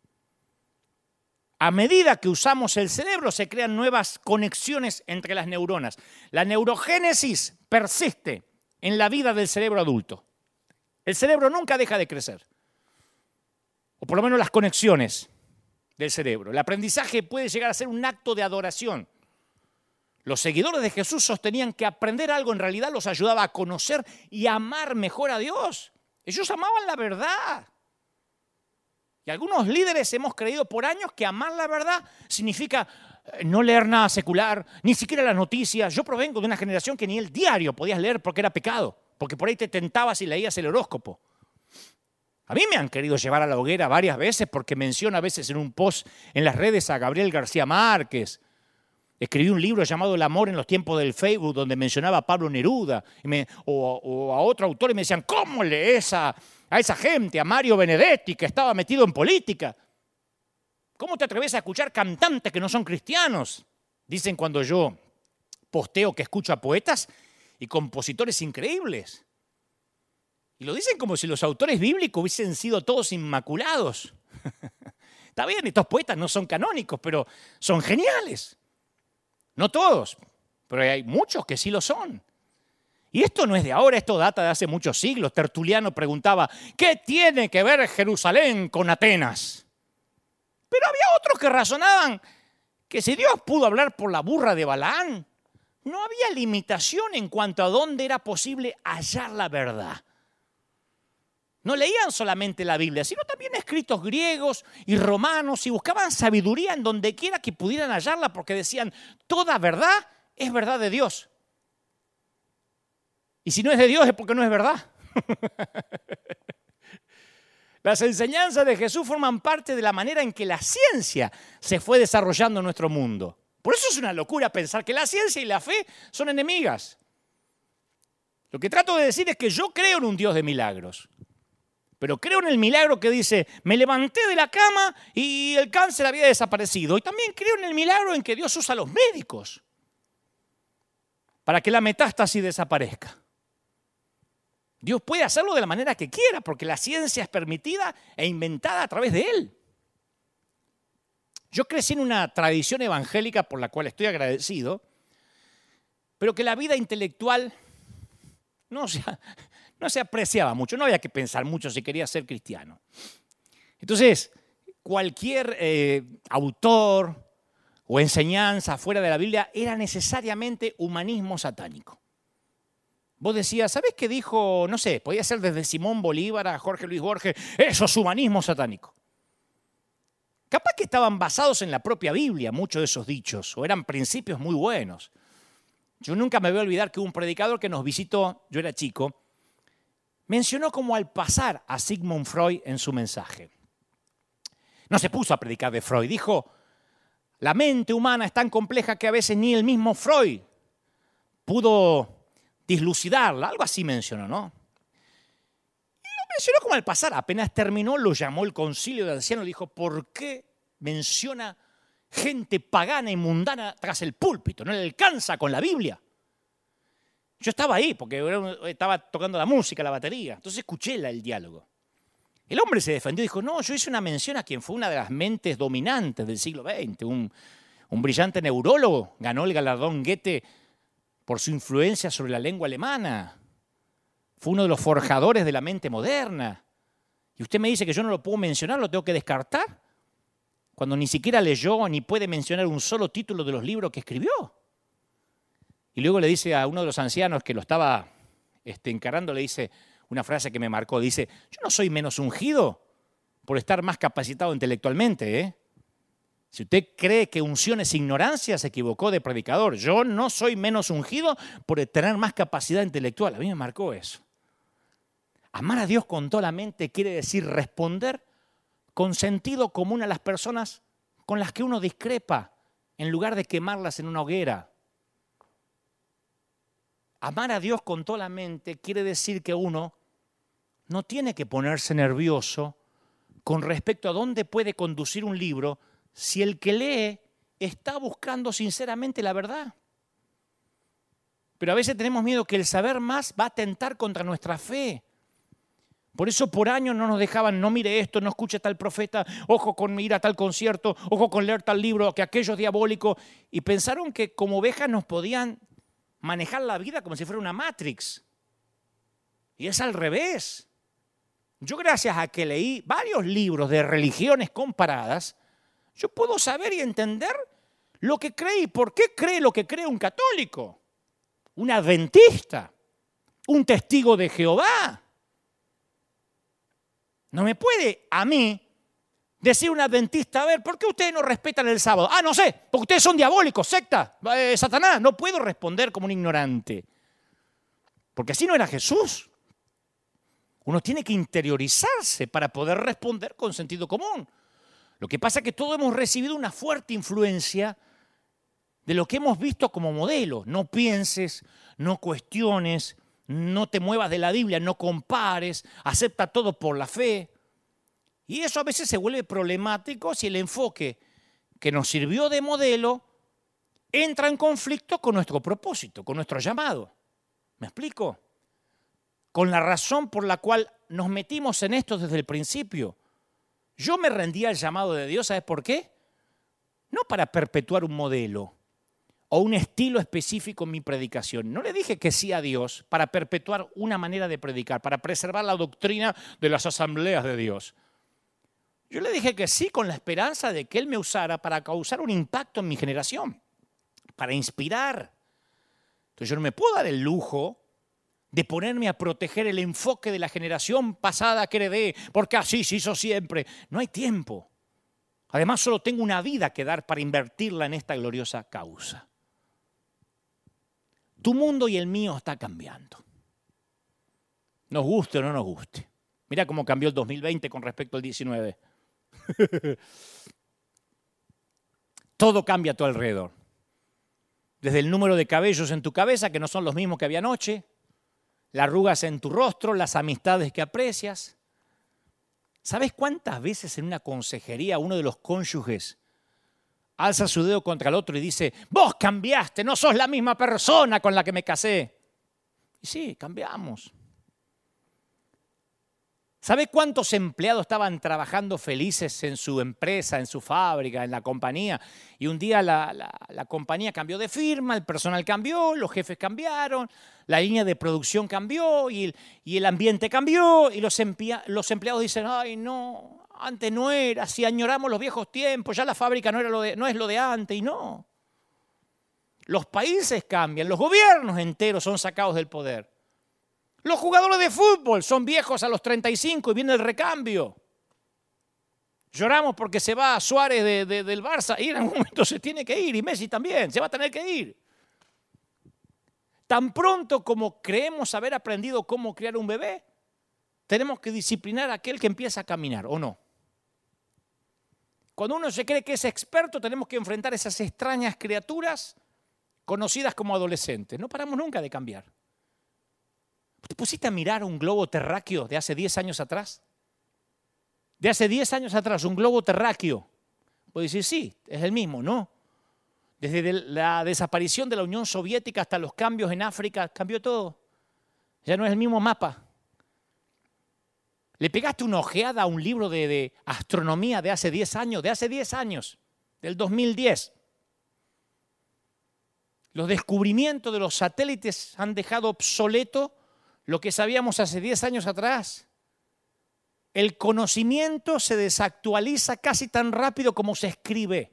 A medida que usamos el cerebro se crean nuevas conexiones entre las neuronas. La neurogénesis persiste en la vida del cerebro adulto. El cerebro nunca deja de crecer. O por lo menos las conexiones del cerebro. El aprendizaje puede llegar a ser un acto de adoración. Los seguidores de Jesús sostenían que aprender algo en realidad los ayudaba a conocer y amar mejor a Dios. Ellos amaban la verdad. Y algunos líderes hemos creído por años que amar la verdad significa no leer nada secular, ni siquiera las noticias. Yo provengo de una generación que ni el diario podías leer porque era pecado, porque por ahí te tentabas y leías el horóscopo. A mí me han querido llevar a la hoguera varias veces porque menciono a veces en un post en las redes a Gabriel García Márquez. Escribí un libro llamado El amor en los tiempos del Facebook donde mencionaba a Pablo Neruda y me, o, o a otro autor y me decían, ¿cómo lees a, a esa gente, a Mario Benedetti que estaba metido en política? ¿Cómo te atreves a escuchar cantantes que no son cristianos? Dicen cuando yo posteo que escucho a poetas y compositores increíbles. Y lo dicen como si los autores bíblicos hubiesen sido todos inmaculados. Está bien, estos poetas no son canónicos, pero son geniales. No todos, pero hay muchos que sí lo son. Y esto no es de ahora, esto data de hace muchos siglos. Tertuliano preguntaba, ¿qué tiene que ver Jerusalén con Atenas? Pero había otros que razonaban que si Dios pudo hablar por la burra de Balaán, no había limitación en cuanto a dónde era posible hallar la verdad. No leían solamente la Biblia, sino también escritos griegos y romanos y buscaban sabiduría en donde quiera que pudieran hallarla porque decían, toda verdad es verdad de Dios. Y si no es de Dios es porque no es verdad. Las enseñanzas de Jesús forman parte de la manera en que la ciencia se fue desarrollando en nuestro mundo. Por eso es una locura pensar que la ciencia y la fe son enemigas. Lo que trato de decir es que yo creo en un Dios de milagros. Pero creo en el milagro que dice, me levanté de la cama y el cáncer había desaparecido. Y también creo en el milagro en que Dios usa a los médicos para que la metástasis desaparezca. Dios puede hacerlo de la manera que quiera, porque la ciencia es permitida e inventada a través de Él. Yo crecí en una tradición evangélica por la cual estoy agradecido, pero que la vida intelectual no se, no se apreciaba mucho, no había que pensar mucho si quería ser cristiano. Entonces, cualquier eh, autor o enseñanza fuera de la Biblia era necesariamente humanismo satánico. Vos decías, ¿sabés qué dijo? No sé, podía ser desde Simón Bolívar a Jorge Luis Borges, eso es humanismo satánico. Capaz que estaban basados en la propia Biblia, muchos de esos dichos, o eran principios muy buenos. Yo nunca me voy a olvidar que un predicador que nos visitó, yo era chico, mencionó como al pasar a Sigmund Freud en su mensaje. No se puso a predicar de Freud, dijo, la mente humana es tan compleja que a veces ni el mismo Freud pudo dislucidarla, algo así mencionó, ¿no? Y lo mencionó como al pasar, apenas terminó, lo llamó el concilio de ancianos y dijo, ¿por qué menciona gente pagana y mundana tras el púlpito? No le alcanza con la Biblia. Yo estaba ahí porque estaba tocando la música, la batería, entonces escuché el diálogo. El hombre se defendió y dijo, no, yo hice una mención a quien fue una de las mentes dominantes del siglo veinte, un, un brillante neurólogo, ganó el galardón Goethe por su influencia sobre la lengua alemana. Fue uno de los forjadores de la mente moderna. Y usted me dice que yo no lo puedo mencionar, lo tengo que descartar, cuando ni siquiera leyó ni puede mencionar un solo título de los libros que escribió. Y luego le dice a uno de los ancianos que lo estaba este, encarando, le dice una frase que me marcó, dice, yo no soy menos ungido por estar más capacitado intelectualmente, ¿eh? Si usted cree que unción es ignorancia, se equivocó de predicador. Yo no soy menos ungido por tener más capacidad intelectual. A mí me marcó eso. Amar a Dios con toda la mente quiere decir responder con sentido común a las personas con las que uno discrepa, en lugar de quemarlas en una hoguera. Amar a Dios con toda la mente quiere decir que uno no tiene que ponerse nervioso con respecto a dónde puede conducir un libro si el que lee está buscando sinceramente la verdad. Pero a veces tenemos miedo que el saber más va a atentar contra nuestra fe. Por eso por años no nos dejaban, no mire esto, no escuche tal profeta, ojo con ir a tal concierto, ojo con leer tal libro, que aquello es diabólico. Y pensaron que como ovejas nos podían manejar la vida como si fuera una Matrix. Y es al revés. Yo, gracias a que leí varios libros de religiones comparadas, yo puedo saber y entender lo que cree y por qué cree lo que cree un católico, un adventista, un testigo de Jehová. No me puede a mí decir un adventista, a ver, ¿por qué ustedes no respetan el sábado? Ah, no sé, porque ustedes son diabólicos, secta, eh, Satanás. No puedo responder como un ignorante, porque así no era Jesús. Uno tiene que interiorizarse para poder responder con sentido común. Lo que pasa es que todos hemos recibido una fuerte influencia de lo que hemos visto como modelo. No pienses, no cuestiones, no te muevas de la Biblia, no compares, acepta todo por la fe. Y eso a veces se vuelve problemático si el enfoque que nos sirvió de modelo entra en conflicto con nuestro propósito, con nuestro llamado. ¿Me explico? Con la razón por la cual nos metimos en esto desde el principio. Yo me rendí al llamado de Dios, ¿sabes por qué? No para perpetuar un modelo o un estilo específico en mi predicación. No le dije que sí a Dios para perpetuar una manera de predicar, para preservar la doctrina de las asambleas de Dios. Yo le dije que sí con la esperanza de que Él me usara para causar un impacto en mi generación, para inspirar. Entonces yo no me puedo dar el lujo de ponerme a proteger el enfoque de la generación pasada que heredé, porque así se hizo siempre. No hay tiempo. Además, solo tengo una vida que dar para invertirla en esta gloriosa causa. Tu mundo y el mío está cambiando. Nos guste o no nos guste. Mira cómo cambió el dos mil veinte con respecto al diecinueve. Todo cambia a tu alrededor. Desde el número de cabellos en tu cabeza, que no son los mismos que había anoche, las arrugas en tu rostro, las amistades que aprecias. ¿Sabes cuántas veces en una consejería uno de los cónyuges alza su dedo contra el otro y dice, vos cambiaste, no sos la misma persona con la que me casé? Y sí, cambiamos. ¿Sabe cuántos empleados estaban trabajando felices en su empresa, en su fábrica, en la compañía? Y un día la, la, la compañía cambió de firma, el personal cambió, los jefes cambiaron, la línea de producción cambió y el, y el ambiente cambió y los, empia, los empleados dicen, ay no, antes no era, si añoramos los viejos tiempos, ya la fábrica no, era lo de, no es lo de antes y no. Los países cambian, los gobiernos enteros son sacados del poder. Los jugadores de fútbol son viejos a los treinta y cinco y viene el recambio. Lloramos porque se va Suárez de, de, del Barça y en algún momento se tiene que ir y Messi también, se va a tener que ir. Tan pronto como creemos haber aprendido cómo criar un bebé, tenemos que disciplinar a aquel que empieza a caminar, ¿o no? Cuando uno se cree que es experto, tenemos que enfrentar esas extrañas criaturas conocidas como adolescentes. No paramos nunca de cambiar. ¿Te pusiste a mirar un globo terráqueo de hace diez años atrás? De hace diez años atrás, un globo terráqueo. Puedes decir, sí, es el mismo, ¿no? Desde la desaparición de la Unión Soviética hasta los cambios en África, cambió todo. Ya no es el mismo mapa. ¿Le pegaste una ojeada a un libro de, de astronomía de hace diez años? De hace diez años, del dos mil diez. Los descubrimientos de los satélites han dejado obsoleto lo que sabíamos hace diez años atrás. El conocimiento se desactualiza casi tan rápido como se escribe.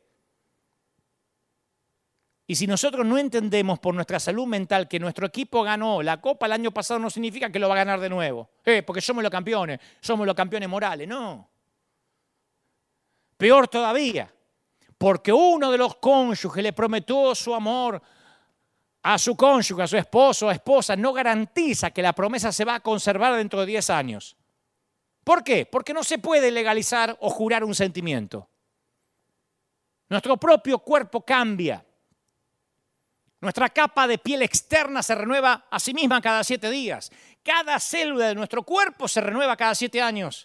Y si nosotros no entendemos por nuestra salud mental que nuestro equipo ganó la Copa el año pasado, no significa que lo va a ganar de nuevo. Eh, porque somos los campeones, somos los campeones morales. No. Peor todavía, porque uno de los cónyuges le prometió su amor a su cónyuge, a su esposo o esposa, no garantiza que la promesa se va a conservar dentro de diez años. ¿Por qué? Porque no se puede legalizar o jurar un sentimiento. Nuestro propio cuerpo cambia. Nuestra capa de piel externa se renueva a sí misma cada siete días. Cada célula de nuestro cuerpo se renueva cada siete años.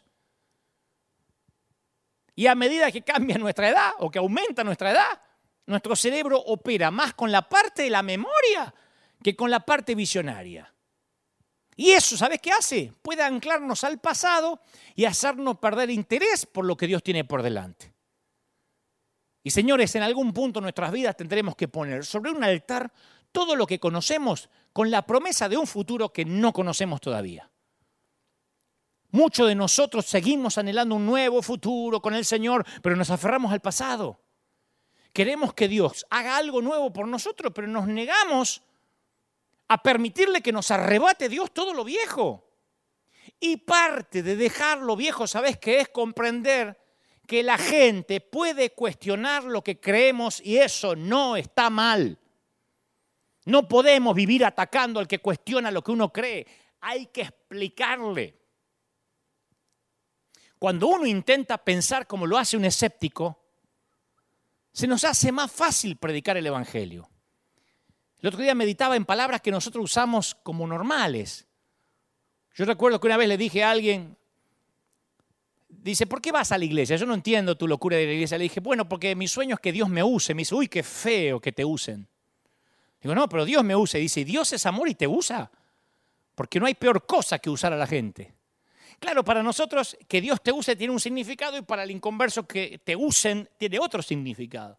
Y a medida que cambia nuestra edad o que aumenta nuestra edad, nuestro cerebro opera más con la parte de la memoria que con la parte visionaria. Y eso, ¿sabes qué hace? Puede anclarnos al pasado y hacernos perder interés por lo que Dios tiene por delante. Y señores, en algún punto de nuestras vidas tendremos que poner sobre un altar todo lo que conocemos con la promesa de un futuro que no conocemos todavía. Muchos de nosotros seguimos anhelando un nuevo futuro con el Señor, pero nos aferramos al pasado. Queremos que Dios haga algo nuevo por nosotros, pero nos negamos a permitirle que nos arrebate Dios todo lo viejo. Y parte de dejar lo viejo, ¿sabes qué es? Comprender que la gente puede cuestionar lo que creemos y eso no está mal. No podemos vivir atacando al que cuestiona lo que uno cree. Hay que explicarle. Cuando uno intenta pensar como lo hace un escéptico, se nos hace más fácil predicar el Evangelio. El otro día meditaba en palabras que nosotros usamos como normales. Yo recuerdo que una vez le dije a alguien, dice, ¿por qué vas a la iglesia? Yo no entiendo tu locura de la iglesia. Le dije, bueno, porque mi sueño es que Dios me use. Me dice, uy, qué feo que te usen. Digo, no, pero Dios me usa. Y dice, Dios es amor y te usa. Porque no hay peor cosa que usar a la gente. Claro, para nosotros que Dios te use tiene un significado y para el inconverso que te usen tiene otro significado.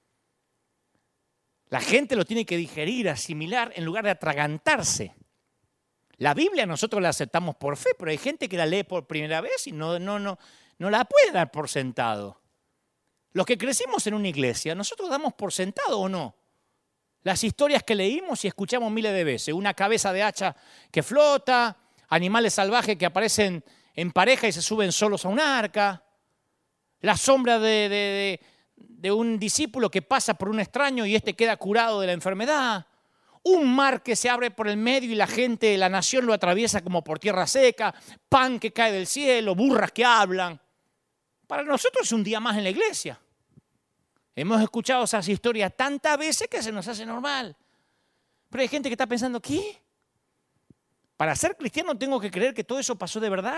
La gente lo tiene que digerir, asimilar, en lugar de atragantarse. La Biblia nosotros la aceptamos por fe, pero hay gente que la lee por primera vez y no, no, no, no la puede dar por sentado. Los que crecimos en una iglesia, ¿nosotros damos por sentado o no? Las historias que leímos y escuchamos miles de veces. Una cabeza de hacha que flota, animales salvajes que aparecen en pareja y se suben solos a un arca, la sombra de, de, de, de un discípulo que pasa por un extraño y éste queda curado de la enfermedad, un mar que se abre por el medio y la gente, la nación lo atraviesa como por tierra seca, pan que cae del cielo, burras que hablan. Para nosotros es un día más en la iglesia. Hemos escuchado esas historias tantas veces que se nos hace normal. Pero hay gente que está pensando, ¿qué? ¿Para ser cristiano tengo que creer que todo eso pasó de verdad?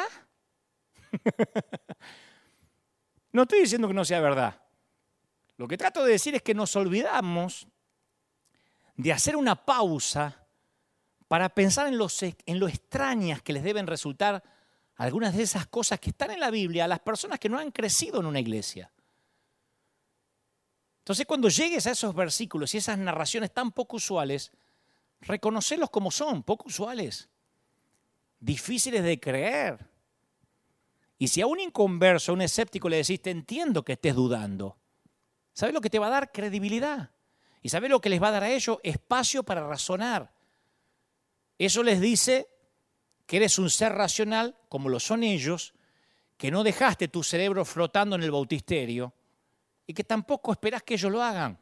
No estoy diciendo que no sea verdad. Lo que trato de decir es que nos olvidamos de hacer una pausa para pensar en, los, en lo extrañas que les deben resultar algunas de esas cosas que están en la Biblia a las personas que no han crecido en una iglesia. Entonces, cuando llegues a esos versículos y esas narraciones tan poco usuales, reconocerlos como son, poco usuales, difíciles de creer. Y si a un inconverso, a un escéptico le decís, te entiendo que estés dudando, ¿sabes lo que te va a dar? Credibilidad. ¿Y sabes lo que les va a dar a ellos? Espacio para razonar. Eso les dice que eres un ser racional, como lo son ellos, que no dejaste tu cerebro flotando en el bautisterio y que tampoco esperás que ellos lo hagan.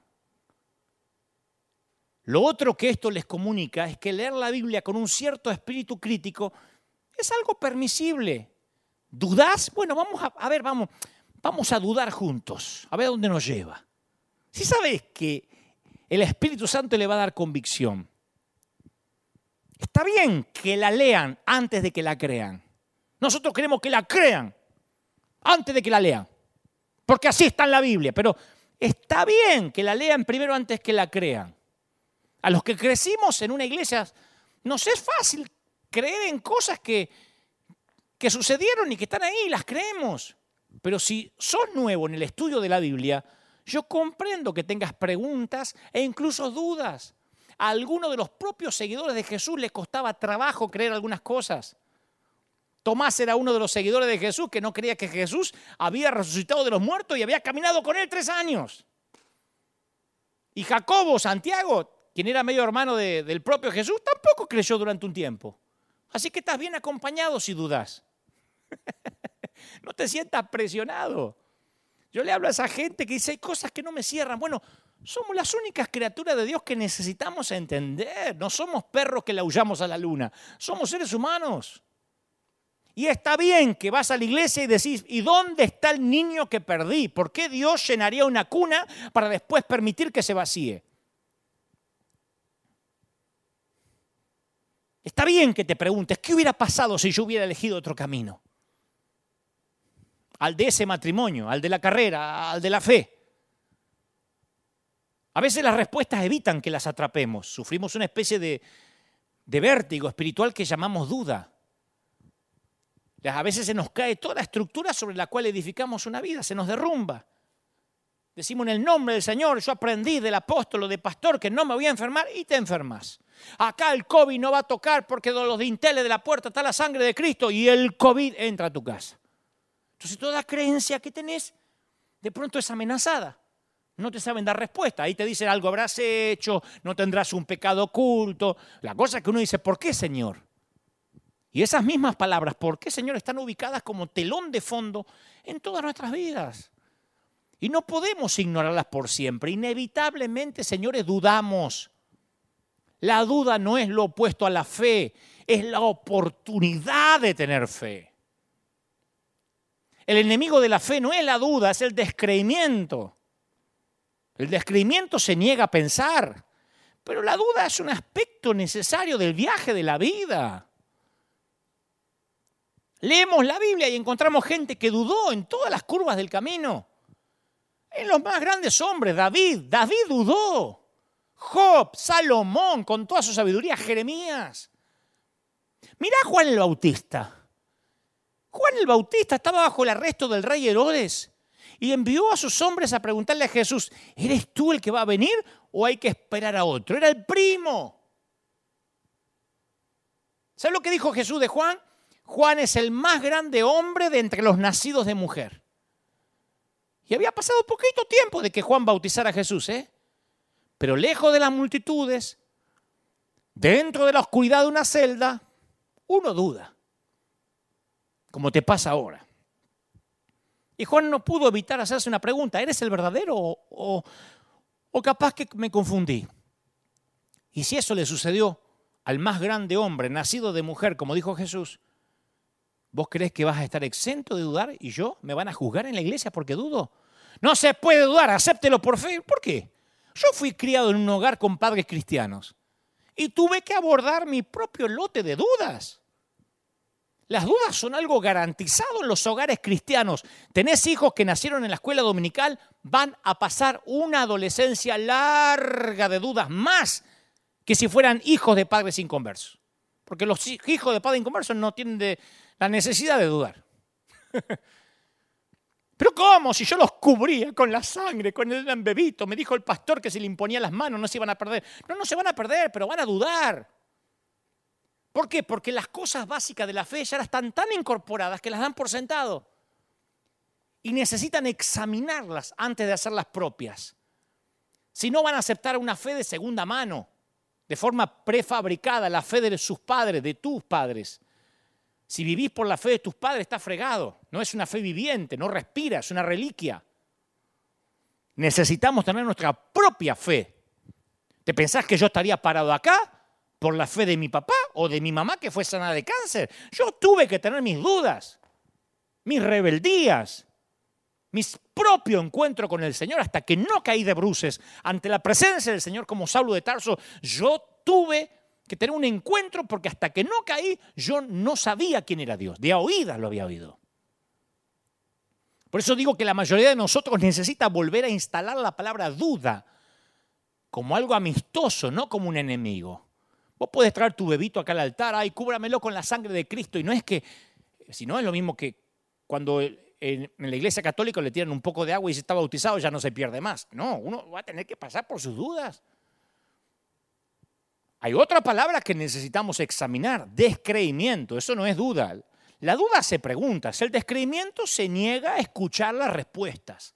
Lo otro que esto les comunica es que leer la Biblia con un cierto espíritu crítico es algo permisible. ¿Dudás? Bueno, vamos a, a ver, vamos, vamos a dudar juntos, a ver a dónde nos lleva. Si sabes que el Espíritu Santo le va a dar convicción, está bien que la lean antes de que la crean. Nosotros queremos que la crean antes de que la lean, porque así está en la Biblia, pero está bien que la lean primero antes que la crean. A los que crecimos en una iglesia nos es fácil creer en cosas que, que sucedieron y que están ahí, las creemos. Pero si sos nuevo en el estudio de la Biblia, yo comprendo que tengas preguntas e incluso dudas. A algunos de los propios seguidores de Jesús les costaba trabajo creer algunas cosas. Tomás era uno de los seguidores de Jesús que no creía que Jesús había resucitado de los muertos y había caminado con él tres años. Y Jacobo, Santiago, quien era medio hermano de, del propio Jesús, tampoco creyó durante un tiempo. Así que estás bien acompañado si dudas. No te sientas presionado. Yo le hablo a esa gente que dice, hay cosas que no me cierran. Bueno, somos las únicas criaturas de Dios que necesitamos entender. No somos perros que le aullamos a la luna. Somos seres humanos. Y está bien que vas a la iglesia y decís, ¿y dónde está el niño que perdí? ¿Por qué Dios llenaría una cuna para después permitir que se vacíe? Está bien que te preguntes, ¿qué hubiera pasado si yo hubiera elegido otro camino? Al de ese matrimonio, al de la carrera, al de la fe. A veces las respuestas evitan que las atrapemos. Sufrimos una especie de, de vértigo espiritual que llamamos duda. A veces se nos cae toda la estructura sobre la cual edificamos una vida, se nos derrumba. Decimos en el nombre del Señor, yo aprendí del apóstol o del pastor que no me voy a enfermar y te enfermas. Acá el COVID no va a tocar porque de los dinteles de la puerta está la sangre de Cristo y el COVID entra a tu casa. Entonces toda creencia que tenés de pronto es amenazada. No te saben dar respuesta. Ahí te dicen algo habrás hecho, no tendrás un pecado oculto. La cosa es que uno dice, ¿por qué, Señor? Y esas mismas palabras, ¿por qué, Señor?, están ubicadas como telón de fondo en todas nuestras vidas. Y no podemos ignorarlas por siempre. Inevitablemente, señores, dudamos. La duda no es lo opuesto a la fe, es la oportunidad de tener fe. El enemigo de la fe no es la duda, es el descreimiento. El descreimiento se niega a pensar, pero la duda es un aspecto necesario del viaje de la vida. Leemos la Biblia y encontramos gente que dudó en todas las curvas del camino. En los más grandes hombres, David, David dudó. Job, Salomón, con toda su sabiduría, Jeremías. Mirá a Juan el Bautista. Juan el Bautista estaba bajo el arresto del rey Herodes y envió a sus hombres a preguntarle a Jesús, ¿eres tú el que va a venir o hay que esperar a otro? Era el primo. ¿Sabes lo que dijo Jesús de Juan? Juan es el más grande hombre de entre los nacidos de mujer. Y había pasado poquito tiempo de que Juan bautizara a Jesús, ¿eh? Pero lejos de las multitudes, dentro de la oscuridad de una celda, uno duda, como te pasa ahora. Y Juan no pudo evitar hacerse una pregunta, ¿eres el verdadero o, o, o capaz que me confundí? Y si eso le sucedió al más grande hombre nacido de mujer, como dijo Jesús, ¿vos creés que vas a estar exento de dudar y yo me van a juzgar en la iglesia porque dudo? No se puede dudar, acéptelo por fe. ¿Por qué? Yo fui criado en un hogar con padres cristianos y tuve que abordar mi propio lote de dudas. Las dudas son algo garantizado en los hogares cristianos. Tenés hijos que nacieron en la escuela dominical, van a pasar una adolescencia larga de dudas, más que si fueran hijos de padres inconversos. Porque los hijos de padres inconversos no tienen de, la necesidad de dudar. ¿Pero cómo? Si yo los cubría con la sangre, con el bebito. Me dijo el pastor que si le imponía las manos no se iban a perder. No, no se van a perder, pero van a dudar. ¿Por qué? Porque las cosas básicas de la fe ya están tan incorporadas que las dan por sentado. Y necesitan examinarlas antes de hacerlas propias. Si no, van a aceptar una fe de segunda mano, de forma prefabricada, la fe de sus padres, de tus padres. Si vivís por la fe de tus padres, está fregado. No es una fe viviente, no respira, es una reliquia. Necesitamos tener nuestra propia fe. ¿Te pensás que yo estaría parado acá por la fe de mi papá o de mi mamá que fue sana de cáncer? Yo tuve que tener mis dudas, mis rebeldías, mis propios encuentros con el Señor hasta que no caí de bruces ante la presencia del Señor como Saulo de Tarso. Yo tuve que tener un encuentro porque hasta que no caí yo no sabía quién era Dios. De a oídas lo había oído. Por eso digo que la mayoría de nosotros necesita volver a instalar la palabra duda como algo amistoso, no como un enemigo. Vos podés traer tu bebito acá al altar, ay, cúbramelo con la sangre de Cristo. Y no es que, si no es lo mismo que cuando en la iglesia católica le tiran un poco de agua y se está bautizado, ya no se pierde más. No, uno va a tener que pasar por sus dudas. Hay otra palabra que necesitamos examinar, descreimiento. Eso no es duda. La duda se pregunta, el descreimiento se niega a escuchar las respuestas.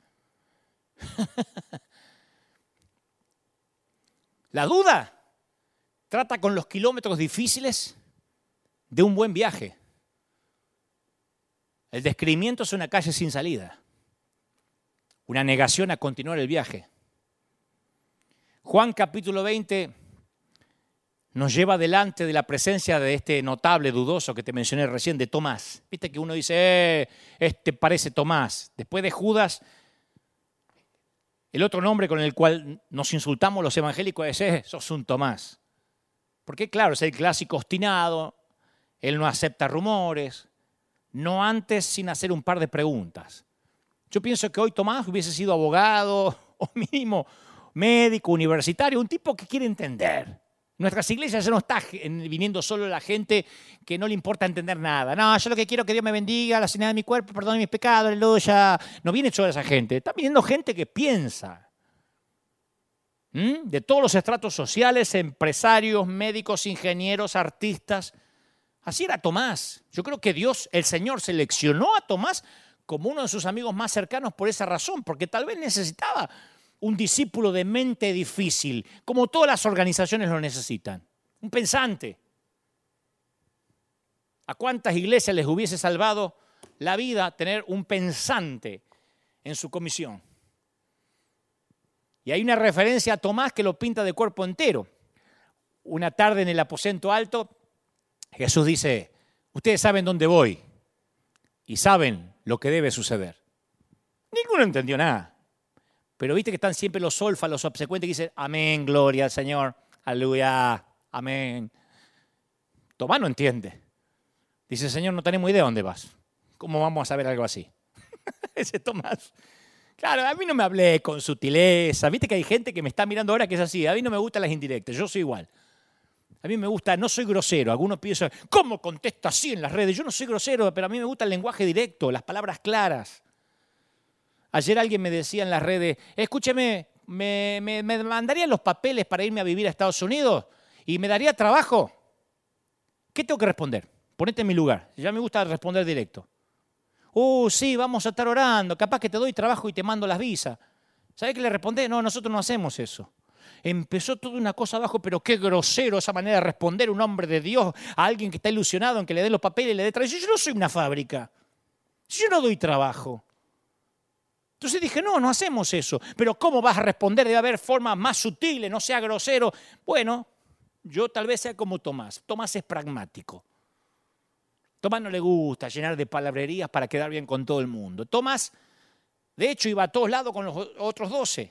La duda trata con los kilómetros difíciles de un buen viaje. El descreimiento es una calle sin salida. una negación a continuar el viaje. Juan capítulo veinte nos lleva delante de la presencia de este notable dudoso que te mencioné recién, de Tomás. Viste que uno dice, eh, este parece Tomás. Después de Judas, el otro nombre con el cual nos insultamos los evangélicos es, eh, sos un Tomás. Porque claro, es el clásico obstinado, él no acepta rumores, no antes sin hacer un par de preguntas. Yo pienso que hoy Tomás hubiese sido abogado o mínimo médico, universitario, un tipo que quiere entender. Nuestras iglesias ya no está viniendo solo la gente que no le importa entender nada. No, yo lo que quiero es que Dios me bendiga, la sanidad de mi cuerpo, perdone mis pecados, aleluya. No viene toda esa gente. Está viniendo gente que piensa. ¿Mm? De todos los estratos sociales, empresarios, médicos, ingenieros, artistas. Así era Tomás. Yo creo que Dios, el Señor, seleccionó a Tomás como uno de sus amigos más cercanos por esa razón, porque tal vez necesitaba un discípulo de mente difícil, como todas las organizaciones lo necesitan. Un pensante. ¿A cuántas iglesias les hubiese salvado la vida tener un pensante en su comisión? Y hay una referencia a Tomás que lo pinta de cuerpo entero. Una tarde en el aposento alto, Jesús dice, ustedes saben dónde voy y saben lo que debe suceder. Ninguno entendió nada. Pero viste que están siempre los solfas, los obsecuentes que dicen, amén, gloria al Señor, aleluya, amén. Tomás no entiende. Dice, Señor, no tenemos idea de dónde vas. ¿Cómo vamos a saber algo así? Ese Tomás. Claro, a mí no me hablé con sutileza. Viste que hay gente que me está mirando ahora que es así. A mí no me gustan las indirectas, yo soy igual. A mí me gusta, no soy grosero. Algunos piensan, ¿cómo contesta así en las redes? Yo no soy grosero, pero a mí me gusta el lenguaje directo, las palabras claras. Ayer alguien me decía en las redes, escúcheme, ¿me, me, me mandarían los papeles para irme a vivir a Estados Unidos? ¿Y me daría trabajo? ¿Qué tengo que responder? Ponete en mi lugar. Ya me gusta responder directo. Uh, sí, vamos a estar orando. Capaz que te doy trabajo y te mando las visas. ¿Sabés qué le respondí? No, nosotros no hacemos eso. Empezó toda una cosa abajo, pero qué grosero esa manera de responder un hombre de Dios a alguien que está ilusionado en que le dé los papeles y le dé trabajo. Yo no soy una fábrica. Yo no doy trabajo. Entonces dije, no, no hacemos eso. Pero ¿cómo vas a responder? Debe haber formas más sutiles, no sea grosero. Bueno, yo tal vez sea como Tomás. Tomás es pragmático. Tomás no le gusta llenar de palabrerías para quedar bien con todo el mundo. Tomás, de hecho, iba a todos lados con los otros doce.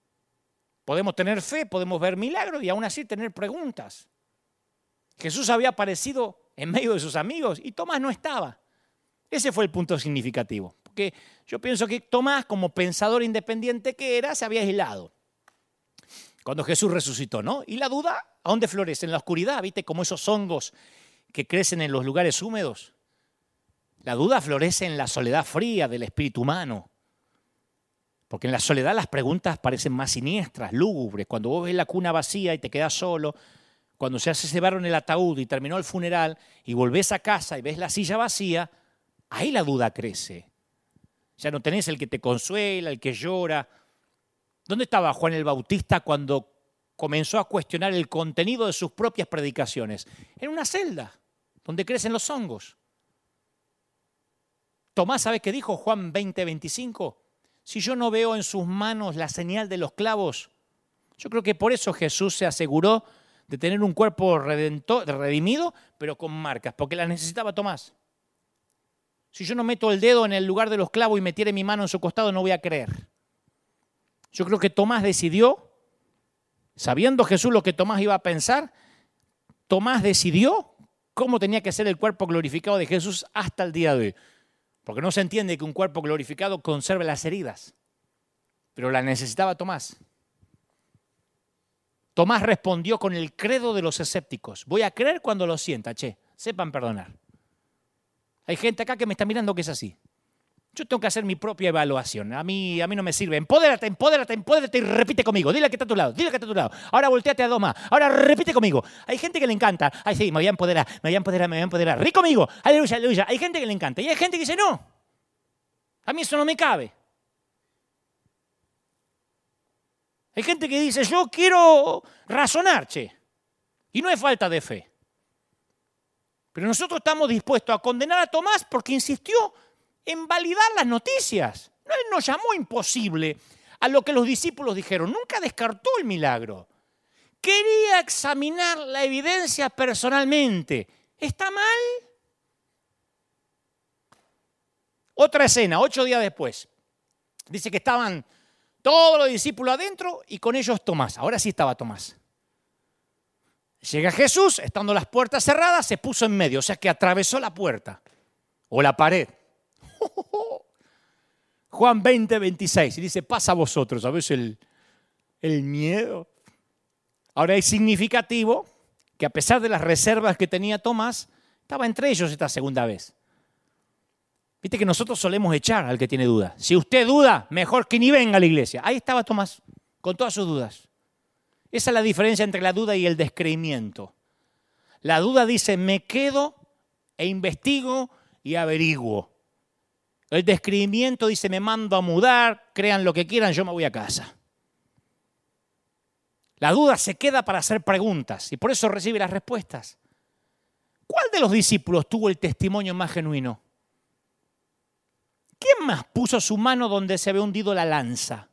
Podemos tener fe, podemos ver milagros y aún así tener preguntas. Jesús había aparecido en medio de sus amigos y Tomás no estaba. Ese fue el punto significativo. Porque yo pienso que Tomás, como pensador independiente que era, se había aislado cuando Jesús resucitó, ¿no? Y la duda, ¿a dónde florece? En la oscuridad, ¿viste? Como esos hongos que crecen en los lugares húmedos. La duda florece en la soledad fría del espíritu humano. Porque en la soledad las preguntas parecen más siniestras, lúgubres. Cuando vos ves la cuna vacía y te quedás solo, cuando se hace ese barro en el ataúd y terminó el funeral y volvés a casa y ves la silla vacía, ahí la duda crece. Ya no tenés el que te consuela, el que llora. ¿Dónde estaba Juan el Bautista cuando comenzó a cuestionar el contenido de sus propias predicaciones? En una celda, donde crecen los hongos. Tomás, ¿sabe qué dijo Juan veinte, veinticinco? Si yo no veo en sus manos la señal de los clavos, yo creo que por eso Jesús se aseguró de tener un cuerpo redentor, redimido, pero con marcas, porque las necesitaba Tomás. Si yo no meto el dedo en el lugar de los clavos y metiere mi mano en su costado, no voy a creer. Yo creo que Tomás decidió, sabiendo Jesús lo que Tomás iba a pensar, Tomás decidió cómo tenía que ser el cuerpo glorificado de Jesús hasta el día de hoy. Porque no se entiende que un cuerpo glorificado conserve las heridas, pero las necesitaba Tomás. Tomás respondió con el credo de los escépticos. Voy a creer cuando lo sienta, che, sepan perdonar. Hay gente acá que me está mirando que es así. Yo tengo que hacer mi propia evaluación. A mí, a mí no me sirve. Empodérate, empodérate, empodérate y repite conmigo. Dile que está a tu lado, dile que está a tu lado. Ahora volteate a dos más. Ahora repite conmigo. Hay gente que le encanta. Ay, sí, me voy a empoderar, me voy a empoderar, me voy a empoderar. Rí conmigo. Aleluya, aleluya. Hay gente que le encanta. Y hay gente que dice, no. A mí eso no me cabe. Hay gente que dice, yo quiero razonar, che. Y no es falta de fe. Pero nosotros estamos dispuestos a condenar a Tomás porque insistió en validar las noticias. No, él no llamó imposible a lo que los discípulos dijeron. Nunca descartó el milagro. Quería examinar la evidencia personalmente. ¿Está mal? Otra escena, ocho días después. Dice que estaban todos los discípulos adentro y con ellos Tomás. Ahora sí estaba Tomás. Llega Jesús, estando las puertas cerradas, se puso en medio, o sea que atravesó la puerta o la pared. Juan veinte, veintiséis, y dice, pasa a vosotros, ¿sabes el, el miedo? Ahora es significativo que a pesar de las reservas que tenía Tomás, estaba entre ellos esta segunda vez. Viste que nosotros solemos echar al que tiene duda. Si usted duda, mejor que ni venga a la iglesia. Ahí estaba Tomás, con todas sus dudas. Esa es la diferencia entre la duda y el descreimiento. La duda dice, me quedo e investigo y averiguo. El descreimiento dice, me mando a mudar, crean lo que quieran, yo me voy a casa. La duda se queda para hacer preguntas y por eso recibe las respuestas. ¿Cuál de los discípulos tuvo el testimonio más genuino? ¿Quién más puso su mano donde se había hundido la lanza?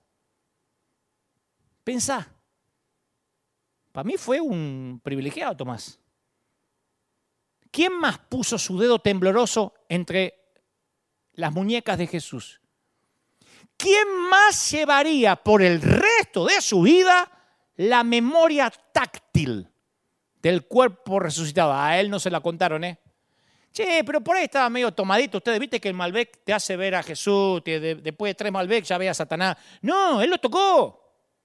Pensá. Para mí fue un privilegiado, Tomás. ¿Quién más puso su dedo tembloroso entre las muñecas de Jesús? ¿Quién más llevaría por el resto de su vida la memoria táctil del cuerpo resucitado? A él no se la contaron, ¿eh? Che, pero por ahí estaba medio tomadito. Ustedes viste que el Malbec te hace ver a Jesús, que de, después de tres Malbec ya ve a Satanás. No, él lo tocó.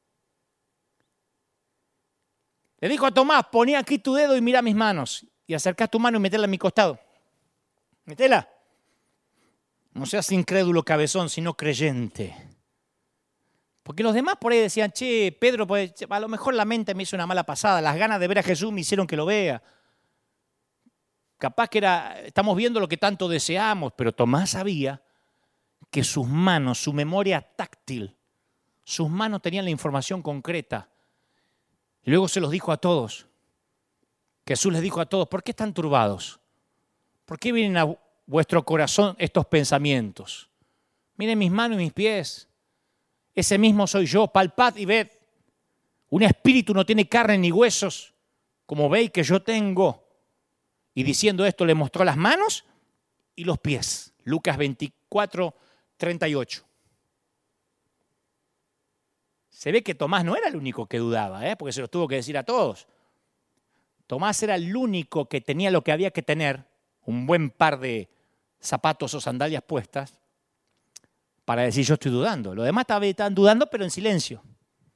Le dijo a Tomás, poné aquí tu dedo y mira mis manos. Y acercá tu mano y metela en mi costado. Metela. No seas incrédulo cabezón, sino creyente. Porque los demás por ahí decían, che, Pedro, pues, a lo mejor la mente me hizo una mala pasada. Las ganas de ver a Jesús me hicieron que lo vea. Capaz que era, estamos viendo lo que tanto deseamos, pero Tomás sabía que sus manos, su memoria táctil, sus manos tenían la información concreta. Y luego se los dijo a todos. Jesús les dijo a todos, ¿por qué están turbados? ¿Por qué vienen a vuestro corazón estos pensamientos? Miren mis manos y mis pies. Ese mismo soy yo, palpad y ved. Un espíritu no tiene carne ni huesos, como veis que yo tengo. Y diciendo esto le mostró las manos y los pies. Lucas veinticuatro, treinta y ocho. Se ve que Tomás no era el único que dudaba, ¿eh? Porque se los tuvo que decir a todos. Tomás era el único que tenía lo que había que tener, un buen par de zapatos o sandalias puestas, para decir yo estoy dudando. Los demás estaban dudando, pero en silencio.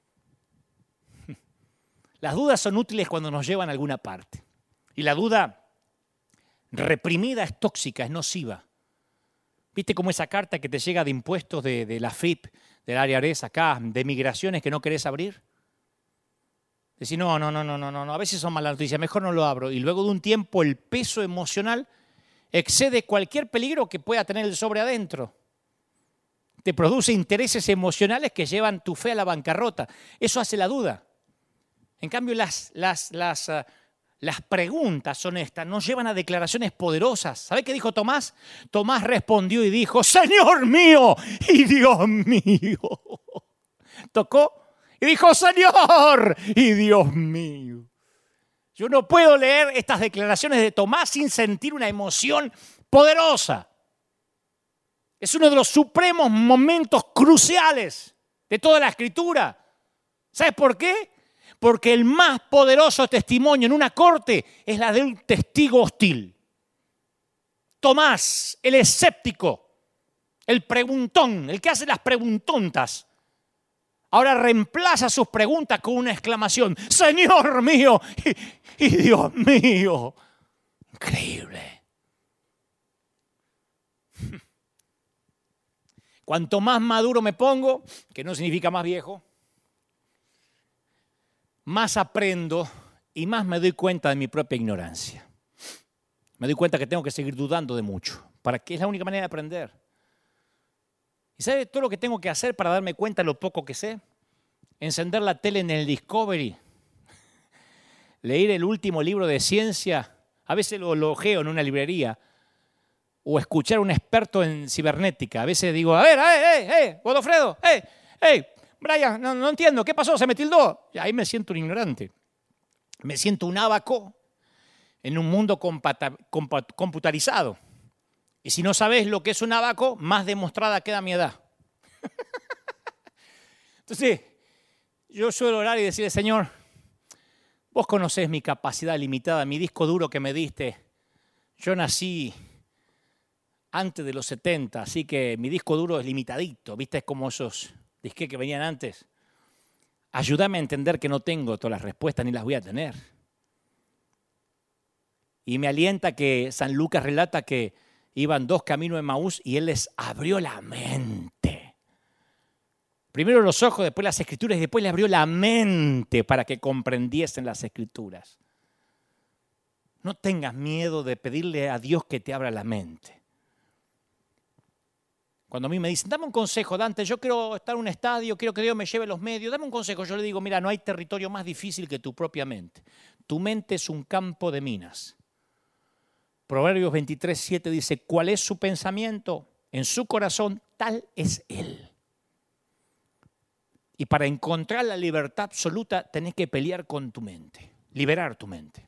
Las dudas son útiles cuando nos llevan a alguna parte. Y la duda reprimida es tóxica, es nociva. ¿Viste cómo esa carta que te llega de impuestos de, de la F I P, del área ARES acá, de migraciones que no querés abrir? Decís, no, no, no, no, no, no, a veces son malas noticias, mejor no lo abro. Y luego de un tiempo el peso emocional excede cualquier peligro que pueda tener el sobre adentro. Te produce intereses emocionales que llevan tu fe a la bancarrota. Eso hace la duda. En cambio, las, las, las, uh, las preguntas honestas nos llevan a declaraciones poderosas. ¿Sabe qué dijo Tomás? Tomás respondió y dijo, Señor mío y Dios mío. Tocó y dijo, Señor y Dios mío. Yo no puedo leer estas declaraciones de Tomás sin sentir una emoción poderosa. Es uno de los supremos momentos cruciales de toda la Escritura. ¿Sabes por qué? Porque el más poderoso testimonio en una corte es la de un testigo hostil. Tomás, el escéptico, el preguntón, el que hace las preguntontas, ahora reemplaza sus preguntas con una exclamación, Señor mío y, y Dios mío. Increíble. Cuanto más maduro me pongo, que no significa más viejo, más aprendo y más me doy cuenta de mi propia ignorancia. Me doy cuenta que tengo que seguir dudando de mucho, para que es la única manera de aprender. ¿Y sabe todo lo que tengo que hacer para darme cuenta de lo poco que sé? Encender la tele en el Discovery, leer el último libro de ciencia, a veces lo, lo ojeo en una librería, o escuchar a un experto en cibernética. A veces digo, a ver, hey, hey, hey, Godofredo, hey, hey, Brian, no, no entiendo, ¿qué pasó? Se me tildó. Y ahí me siento un ignorante. Me siento un ábaco en un mundo computarizado. Y si no sabes lo que es un ábaco, más demostrada queda mi edad. Entonces, yo suelo orar y decirle, Señor, vos conocés mi capacidad limitada, mi disco duro que me diste. Yo nací antes de los setenta, así que mi disco duro es limitadito. ¿Viste? Es como esos disques que venían antes. Ayúdame a entender que no tengo todas las respuestas ni las voy a tener. Y me alienta que San Lucas relata que iban dos caminos de Emaús y él les abrió la mente. Primero los ojos, después las escrituras y después le abrió la mente para que comprendiesen las escrituras. No tengas miedo de pedirle a Dios que te abra la mente. Cuando a mí me dicen, dame un consejo, Dante, yo quiero estar en un estadio, quiero que Dios me lleve los medios, dame un consejo. Yo le digo, mira, no hay territorio más difícil que tu propia mente. Tu mente es un campo de minas. Proverbios veintitrés, siete dice, ¿cuál es su pensamiento? En su corazón, tal es él. Y para encontrar la libertad absoluta, tenés que pelear con tu mente, liberar tu mente.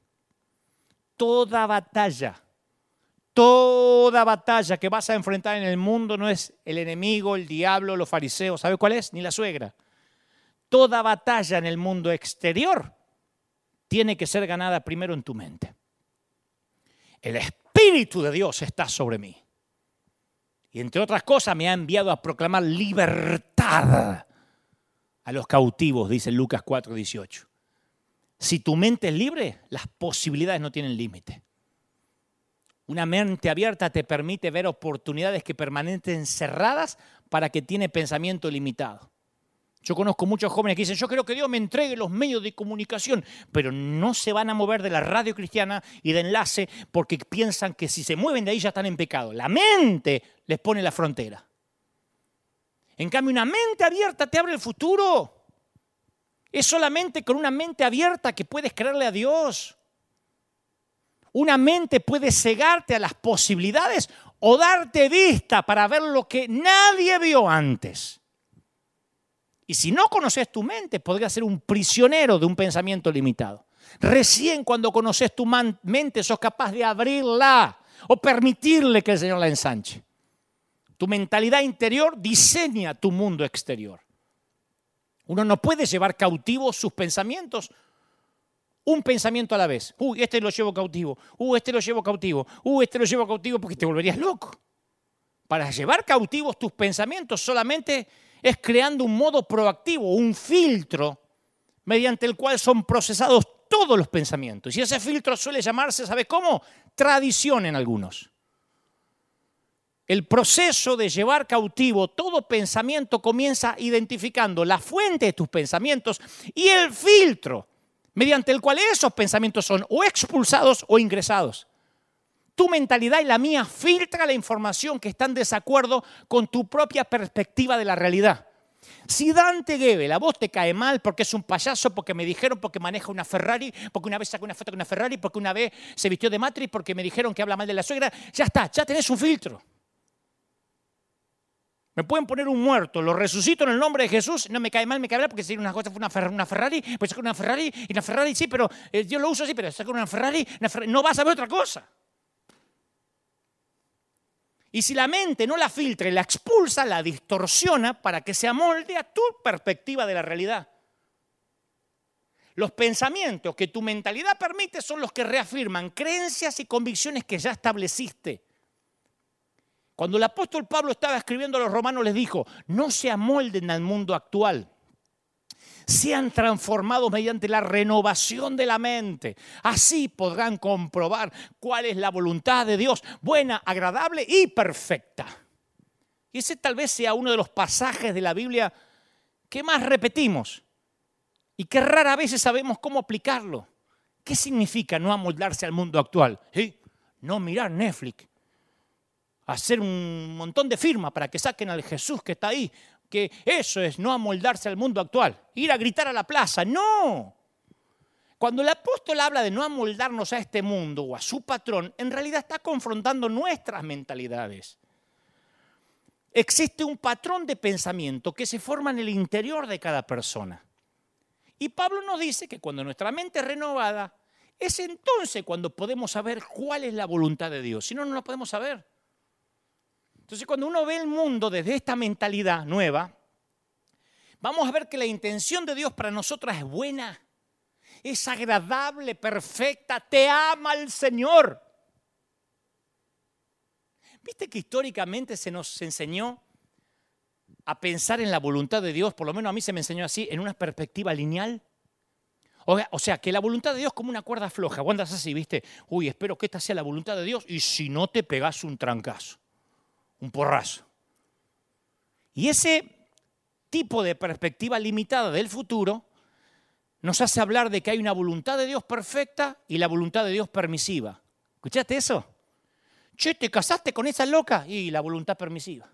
Toda batalla, toda batalla que vas a enfrentar en el mundo no es el enemigo, el diablo, los fariseos, ¿sabe cuál es? Ni la suegra. Toda batalla en el mundo exterior tiene que ser ganada primero en tu mente. El Espíritu de Dios está sobre mí. Y entre otras cosas me ha enviado a proclamar libertad a los cautivos, dice Lucas cuatro, dieciocho. Si tu mente es libre, las posibilidades no tienen límite. Una mente abierta te permite ver oportunidades que permanecen cerradas para que tiene pensamiento limitado. Yo conozco muchos jóvenes que dicen, yo quiero que Dios me entregue los medios de comunicación, pero no se van a mover de la radio cristiana y de enlace porque piensan que si se mueven de ahí ya están en pecado. La mente les pone la frontera. En cambio, una mente abierta te abre el futuro. Es solamente con una mente abierta que puedes creerle a Dios. Una mente puede cegarte a las posibilidades o darte vista para ver lo que nadie vio antes. Y si no conoces tu mente, podrías ser un prisionero de un pensamiento limitado. Recién cuando conoces tu mente sos capaz de abrirla o permitirle que el Señor la ensanche. Tu mentalidad interior diseña tu mundo exterior. Uno no puede llevar cautivos sus pensamientos, un pensamiento a la vez. Uy, este lo llevo cautivo, uy, este lo llevo cautivo, uy, este lo llevo cautivo porque te volverías loco. Para llevar cautivos tus pensamientos solamente es creando un modo proactivo, un filtro mediante el cual son procesados todos los pensamientos. Y ese filtro suele llamarse, ¿sabe cómo? Tradición en algunos. El proceso de llevar cautivo todo pensamiento comienza identificando la fuente de tus pensamientos y el filtro mediante el cual esos pensamientos son o expulsados o ingresados. Tu mentalidad y la mía filtra la información que está en desacuerdo con tu propia perspectiva de la realidad. Si Dante Gebel a vos te cae mal porque es un payaso, porque me dijeron, porque maneja una Ferrari, porque una vez sacó una foto con una Ferrari, porque una vez se vistió de Matrix, porque me dijeron que habla mal de la suegra, ya está, ya tenés un filtro. Me pueden poner un muerto, lo resucito en el nombre de Jesús, no me cae mal, me cae mal porque si una cosa fue una, Fer- una Ferrari, pues sacar una Ferrari, y una Ferrari sí, pero eh, Dios lo usa así, pero sacar una Ferrari, una Ferrari, no vas a ver otra cosa. Y si la mente no la filtra y la expulsa, la distorsiona para que se amolde a tu perspectiva de la realidad. Los pensamientos que tu mentalidad permite son los que reafirman creencias y convicciones que ya estableciste. Cuando el apóstol Pablo estaba escribiendo a los romanos les dijo, no se amolden al mundo actual, sean transformados mediante la renovación de la mente. Así podrán comprobar cuál es la voluntad de Dios, buena, agradable y perfecta. Y ese tal vez sea uno de los pasajes de la Biblia que más repetimos y que rara vez sabemos cómo aplicarlo. ¿Qué significa no amoldarse al mundo actual? ¿Sí? No mirar Netflix. Hacer un montón de firmas para que saquen al Jesús que está ahí. Que eso es no amoldarse al mundo actual. Ir a gritar a la plaza. No. Cuando el apóstol habla de no amoldarnos a este mundo o a su patrón, en realidad está confrontando nuestras mentalidades. Existe un patrón de pensamiento que se forma en el interior de cada persona. Y Pablo nos dice que cuando nuestra mente es renovada, es entonces cuando podemos saber cuál es la voluntad de Dios. Si no, no la podemos saber. Entonces, cuando uno ve el mundo desde esta mentalidad nueva, vamos a ver que la intención de Dios para nosotras es buena, es agradable, perfecta, te ama el Señor. ¿Viste que históricamente se nos enseñó a pensar en la voluntad de Dios? Por lo menos a mí se me enseñó así, en una perspectiva lineal. O sea, que la voluntad de Dios es como una cuerda floja. Vos andás así, ¿viste? Uy, espero que esta sea la voluntad de Dios. Y si no, te pegás un trancazo, un porrazo. Y ese tipo de perspectiva limitada del futuro nos hace hablar de que hay una voluntad de Dios perfecta y la voluntad de Dios permisiva. ¿Escuchaste eso? Che, ¿te casaste con esa loca? Y la voluntad permisiva.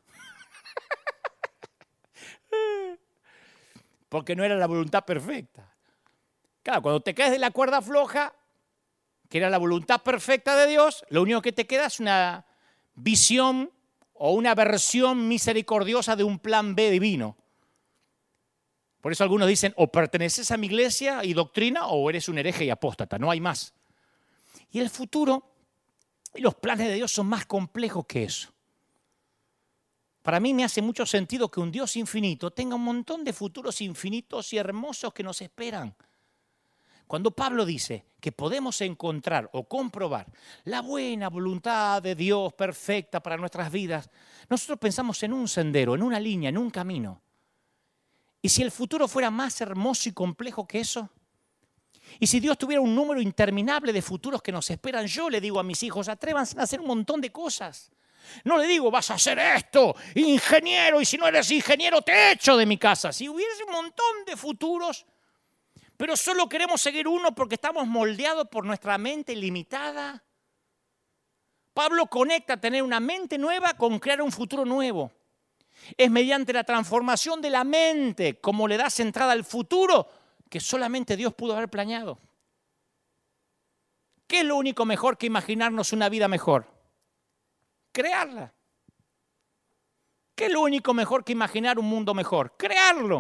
Porque no era la voluntad perfecta. Claro, cuando te caes de la cuerda floja, que era la voluntad perfecta de Dios, lo único que te queda es una visión o una versión misericordiosa de un plan B divino. Por eso algunos dicen, o perteneces a mi iglesia y doctrina, o eres un hereje y apóstata, no hay más. Y el futuro y los planes de Dios son más complejos que eso. Para mí me hace mucho sentido que un Dios infinito tenga un montón de futuros infinitos y hermosos que nos esperan. Cuando Pablo dice que podemos encontrar o comprobar la buena voluntad de Dios perfecta para nuestras vidas, nosotros pensamos en un sendero, en una línea, en un camino. ¿Y si el futuro fuera más hermoso y complejo que eso? ¿Y si Dios tuviera un número interminable de futuros que nos esperan? Yo le digo a mis hijos, atrévanse a hacer un montón de cosas. No le digo, vas a hacer esto, ingeniero, y si no eres ingeniero te echo de mi casa. Si hubiese un montón de futuros, pero solo queremos seguir uno porque estamos moldeados por nuestra mente limitada. Pablo conecta tener una mente nueva con crear un futuro nuevo. Es mediante la transformación de la mente como le das entrada al futuro que solamente Dios pudo haber planeado. ¿Qué es lo único mejor que imaginarnos una vida mejor? Crearla. ¿Qué es lo único mejor que imaginar un mundo mejor? Crearlo.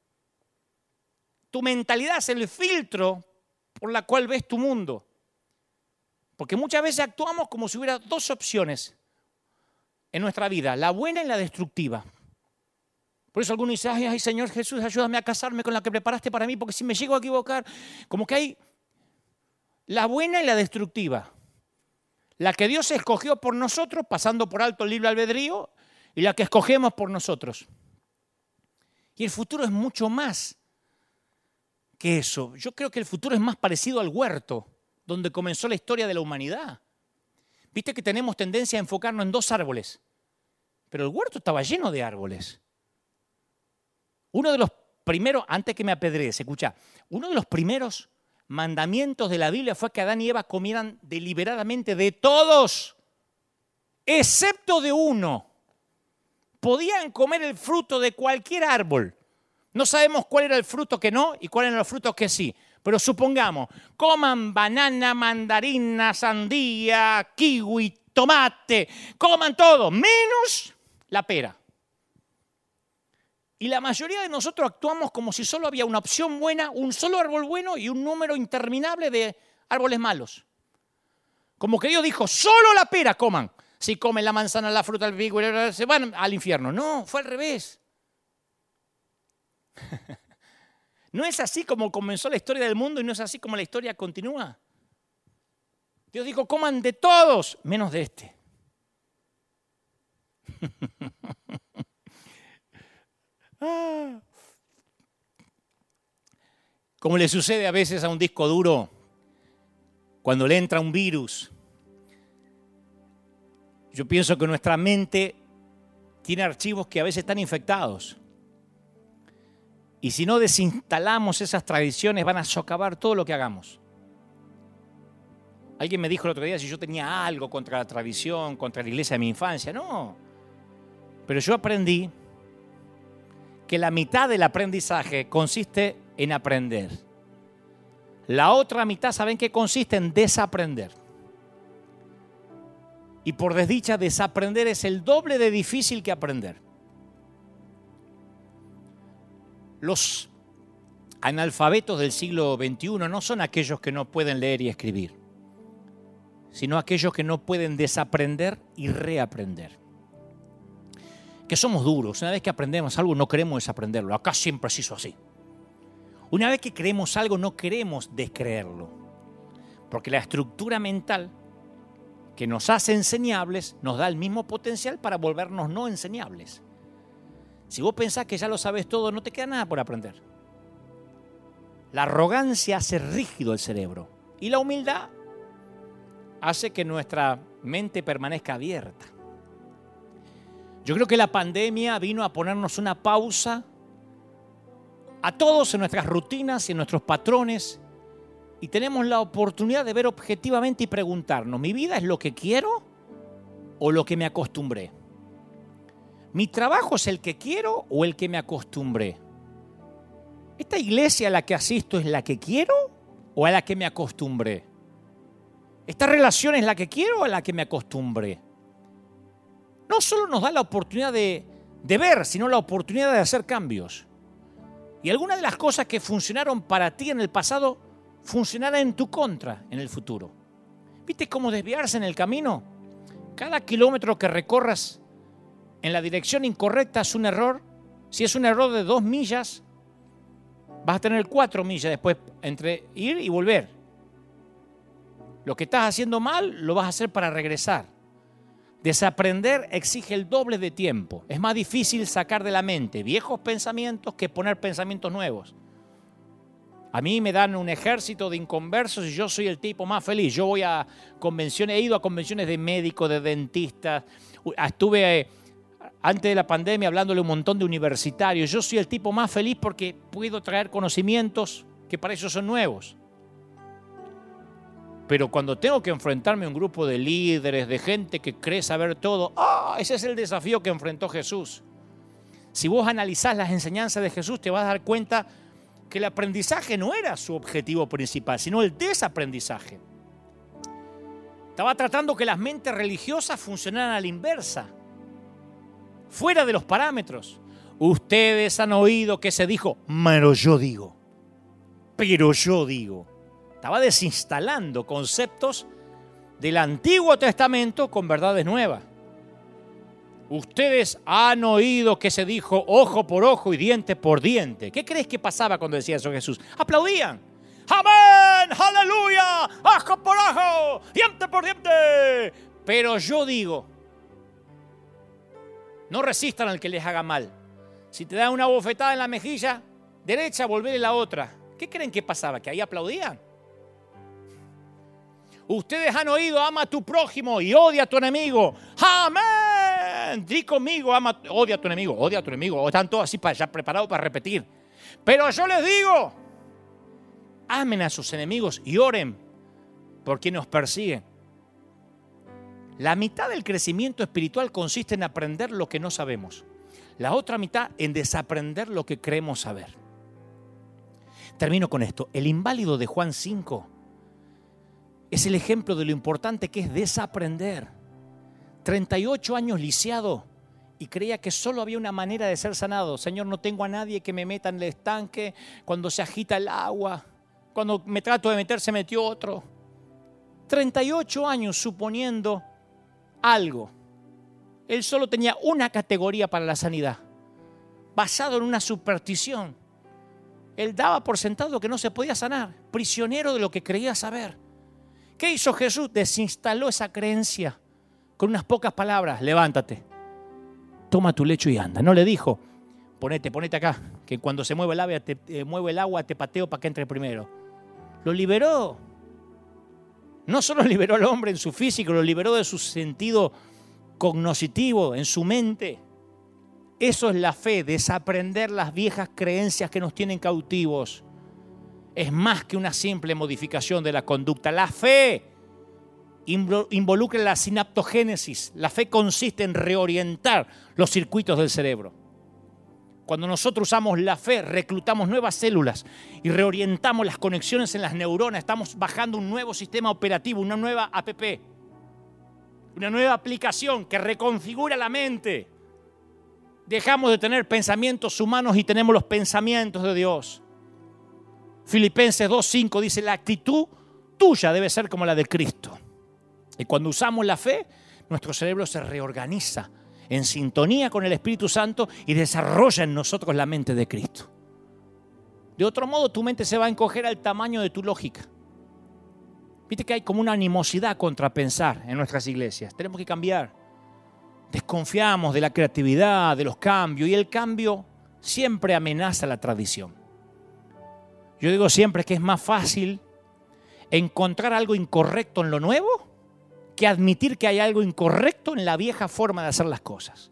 Tu mentalidad es el filtro por la cual ves tu mundo. Porque muchas veces actuamos como si hubiera dos opciones en nuestra vida, la buena y la destructiva. Por eso algunos dicen, ay, ay, Señor Jesús, ayúdame a casarme con la que preparaste para mí, porque si me llego a equivocar, como que hay la buena y la destructiva. La que Dios escogió por nosotros, pasando por alto el libre albedrío, y la que escogemos por nosotros. Y el futuro es mucho más que eso. Yo creo que el futuro es más parecido al huerto, donde comenzó la historia de la humanidad. Viste que tenemos tendencia a enfocarnos en dos árboles, pero el huerto estaba lleno de árboles. Uno de los primeros, antes que me apedrees, escucha, uno de los primeros mandamientos de la Biblia fue que Adán y Eva comieran deliberadamente de todos, excepto de uno. Podían comer el fruto de cualquier árbol. No sabemos cuál era el fruto que no y cuáles eran los frutos que sí. Pero supongamos, coman banana, mandarina, sandía, kiwi, tomate, coman todo, menos la pera. Y la mayoría de nosotros actuamos como si solo había una opción buena, un solo árbol bueno y un número interminable de árboles malos. Como que Dios dijo, solo la pera coman. Si comen la manzana, la fruta, el figo, se van al infierno. No, fue al revés. No es así como comenzó la historia del mundo y no es así como la historia continúa. Dios dijo, coman de todos, menos de este. ah. Como le sucede a veces a un disco duro, cuando le entra un virus, yo pienso que nuestra mente tiene archivos que a veces están infectados. Y si no desinstalamos esas tradiciones, van a socavar todo lo que hagamos. Alguien me dijo el otro día si yo tenía algo contra la tradición, contra la iglesia de mi infancia. No. Pero yo aprendí que la mitad del aprendizaje consiste en aprender. La otra mitad, ¿saben qué consiste? En desaprender. Y por desdicha, desaprender es el doble de difícil que aprender. Los analfabetos del siglo veintiuno no son aquellos que no pueden leer y escribir, sino aquellos que no pueden desaprender y reaprender. Que somos duros. Una vez que aprendemos algo, no queremos desaprenderlo. Acá siempre se hizo así. Una vez que creemos algo, no queremos descreerlo. Porque la estructura mental que nos hace enseñables nos da el mismo potencial para volvernos no enseñables. Si vos pensás que ya lo sabes todo, no te queda nada por aprender. La arrogancia hace rígido el cerebro y la humildad hace que nuestra mente permanezca abierta. Yo creo que la pandemia vino a ponernos una pausa a todos en nuestras rutinas y en nuestros patrones y tenemos la oportunidad de ver objetivamente y preguntarnos, ¿mi vida es lo que quiero o lo que me acostumbré? ¿Mi trabajo es el que quiero o el que me acostumbré? ¿Esta iglesia a la que asisto es la que quiero o a la que me acostumbré? ¿Esta relación es la que quiero o a la que me acostumbré? No solo nos da la oportunidad de, de ver, sino la oportunidad de hacer cambios. Y algunas de las cosas que funcionaron para ti en el pasado funcionarán en tu contra en el futuro. ¿Viste cómo desviarse en el camino? Cada kilómetro que recorras en la dirección incorrecta es un error. Si es un error de dos millas, vas a tener cuatro millas después entre ir y volver. Lo que estás haciendo mal lo vas a hacer para regresar. Desaprender exige el doble de tiempo. Es más difícil sacar de la mente viejos pensamientos que poner pensamientos nuevos. A mí me dan un ejército de inconversos y yo soy el tipo más feliz. Yo voy a convenciones, he ido a convenciones de médicos, de dentistas. Estuve eh, antes de la pandemia hablándole a un montón de universitarios. Yo soy el tipo más feliz porque puedo traer conocimientos que para ellos son nuevos. Pero cuando tengo que enfrentarme a un grupo de líderes, de gente que cree saber todo, ¡ah! Ese es el desafío que enfrentó Jesús. Si vos analizás las enseñanzas de Jesús, te vas a dar cuenta que el aprendizaje no era su objetivo principal, sino el desaprendizaje. Estaba tratando que las mentes religiosas funcionaran a la inversa, fuera de los parámetros. Ustedes han oído que se dijo, pero yo digo, pero yo digo. Estaba desinstalando conceptos del Antiguo Testamento con verdades nuevas. Ustedes han oído que se dijo ojo por ojo y diente por diente. ¿Qué crees que pasaba cuando decía eso Jesús? Aplaudían. ¡Amén! ¡Aleluya! ¡Ojo por ojo! ¡Diente por diente! Pero yo digo, no resistan al que les haga mal. Si te dan una bofetada en la mejilla derecha, volverle la otra. ¿Qué creen que pasaba? ¿Que ahí aplaudían? Ustedes han oído, ama a tu prójimo y odia a tu enemigo. ¡Amén! Di conmigo, ama, odia a tu enemigo, odia a tu enemigo. Están todos así para, ya preparados para repetir. Pero yo les digo, amen a sus enemigos y oren por quienes nos persiguen. La mitad del crecimiento espiritual consiste en aprender lo que no sabemos. La otra mitad en desaprender lo que creemos saber. Termino con esto. El inválido de Juan cinco es el ejemplo de lo importante que es desaprender. treinta y ocho años lisiado y creía que solo había una manera de ser sanado. Señor, no tengo a nadie que me meta en el estanque cuando se agita el agua. Cuando me trato de meter se metió otro. treinta y ocho años suponiendo algo. Él solo tenía una categoría para la sanidad, basado en una superstición. Él daba por sentado que no se podía sanar, prisionero de lo que creía saber. ¿Qué hizo Jesús? Desinstaló esa creencia con unas pocas palabras. Levántate, toma tu lecho y anda. No le dijo, ponete, ponete acá, que cuando se mueve el agua te, eh, mueve el agua, te pateo para que entre primero. Lo liberó. No solo liberó al hombre en su físico, lo liberó de su sentido cognoscitivo, en su mente. Eso es la fe, desaprender las viejas creencias que nos tienen cautivos. Es más que una simple modificación de la conducta. La fe involucra la sinaptogénesis. La fe consiste en reorientar los circuitos del cerebro. Cuando nosotros usamos la fe, reclutamos nuevas células y reorientamos las conexiones en las neuronas. Estamos bajando un nuevo sistema operativo, una nueva app, una nueva aplicación que reconfigura la mente. Dejamos de tener pensamientos humanos y tenemos los pensamientos de Dios. Filipenses dos cinco dice, la actitud tuya debe ser como la de Cristo. Y cuando usamos la fe, nuestro cerebro se reorganiza en sintonía con el Espíritu Santo y desarrolla en nosotros la mente de Cristo. De otro modo, tu mente se va a encoger al tamaño de tu lógica. Viste que hay como una animosidad contra pensar en nuestras iglesias. Tenemos que cambiar. Desconfiamos de la creatividad, de los cambios, y el cambio siempre amenaza la tradición. Yo digo siempre que es más fácil encontrar algo incorrecto en lo nuevo que admitir que hay algo incorrecto en la vieja forma de hacer las cosas.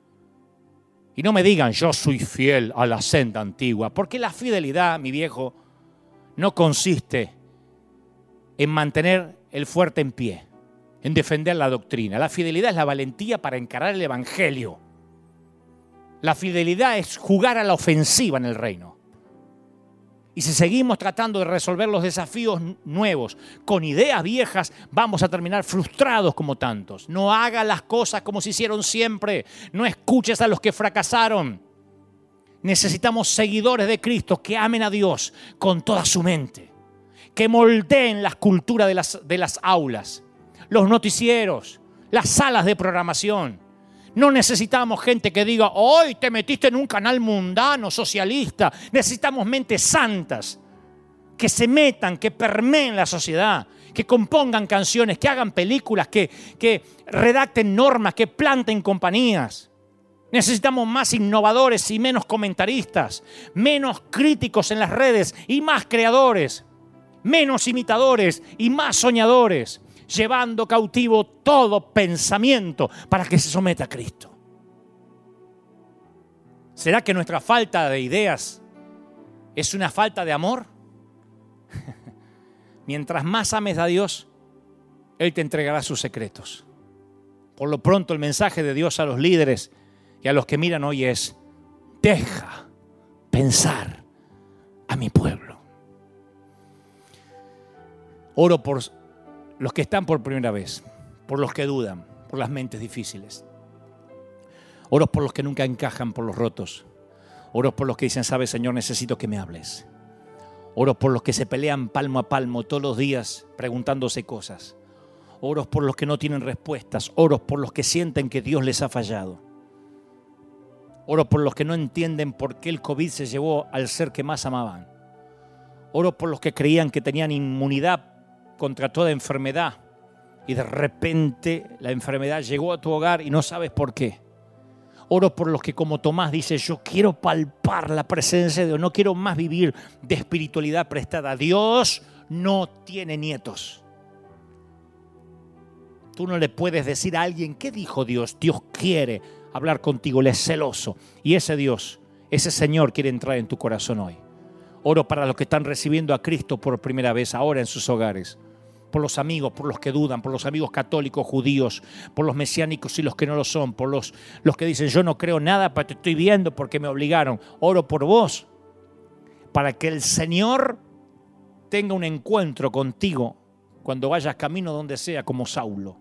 Y no me digan, yo soy fiel a la senda antigua, porque la fidelidad, mi viejo, no consiste en mantener el fuerte en pie, en defender la doctrina. La fidelidad es la valentía para encarar el evangelio. La fidelidad es jugar a la ofensiva en el reino. Y si seguimos tratando de resolver los desafíos nuevos con ideas viejas, vamos a terminar frustrados como tantos. No hagas las cosas como se hicieron siempre. No escuches a los que fracasaron. Necesitamos seguidores de Cristo que amen a Dios con toda su mente, que moldeen las culturas de las, de las aulas, los noticieros, las salas de programación. No necesitamos gente que diga, hoy te metiste en un canal mundano, socialista. Necesitamos mentes santas que se metan, que permeen la sociedad, que compongan canciones, que hagan películas, que, que redacten normas, que planten compañías. Necesitamos más innovadores y menos comentaristas, menos críticos en las redes y más creadores, menos imitadores y más soñadores, llevando cautivo todo pensamiento para que se someta a Cristo. ¿Será que nuestra falta de ideas es una falta de amor? Mientras más ames a Dios, Él te entregará sus secretos. Por lo pronto, el mensaje de Dios a los líderes y a los que miran hoy es: deja pensar a mi pueblo. Oro por los que están por primera vez, por los que dudan, por las mentes difíciles. Oro por los que nunca encajan, por los rotos. Oro por los que dicen, ¿sabes, Señor? Necesito que me hables. Oro por los que se pelean palmo a palmo todos los días preguntándose cosas. Oro por los que no tienen respuestas. Oro por los que sienten que Dios les ha fallado. Oro por los que no entienden por qué el COVID se llevó al ser que más amaban. Oro por los que creían que tenían inmunidad contra toda enfermedad y de repente la enfermedad llegó a tu hogar y no sabes por qué. Oro por los que, como Tomás dice, yo quiero palpar la presencia de Dios, no quiero más vivir de espiritualidad prestada. Dios no tiene nietos. Tú no le puedes decir a alguien, ¿qué dijo Dios? Dios quiere hablar contigo, Él es celoso. Y ese Dios, ese Señor quiere entrar en tu corazón hoy. Oro para los que están recibiendo a Cristo por primera vez ahora en sus hogares. Por los amigos, por los que dudan, por los amigos católicos, judíos, por los mesiánicos y los que no lo son, por los, los que dicen, yo no creo nada, pero te estoy viendo porque me obligaron. Oro por vos, para que el Señor tenga un encuentro contigo cuando vayas camino donde sea, como Saulo.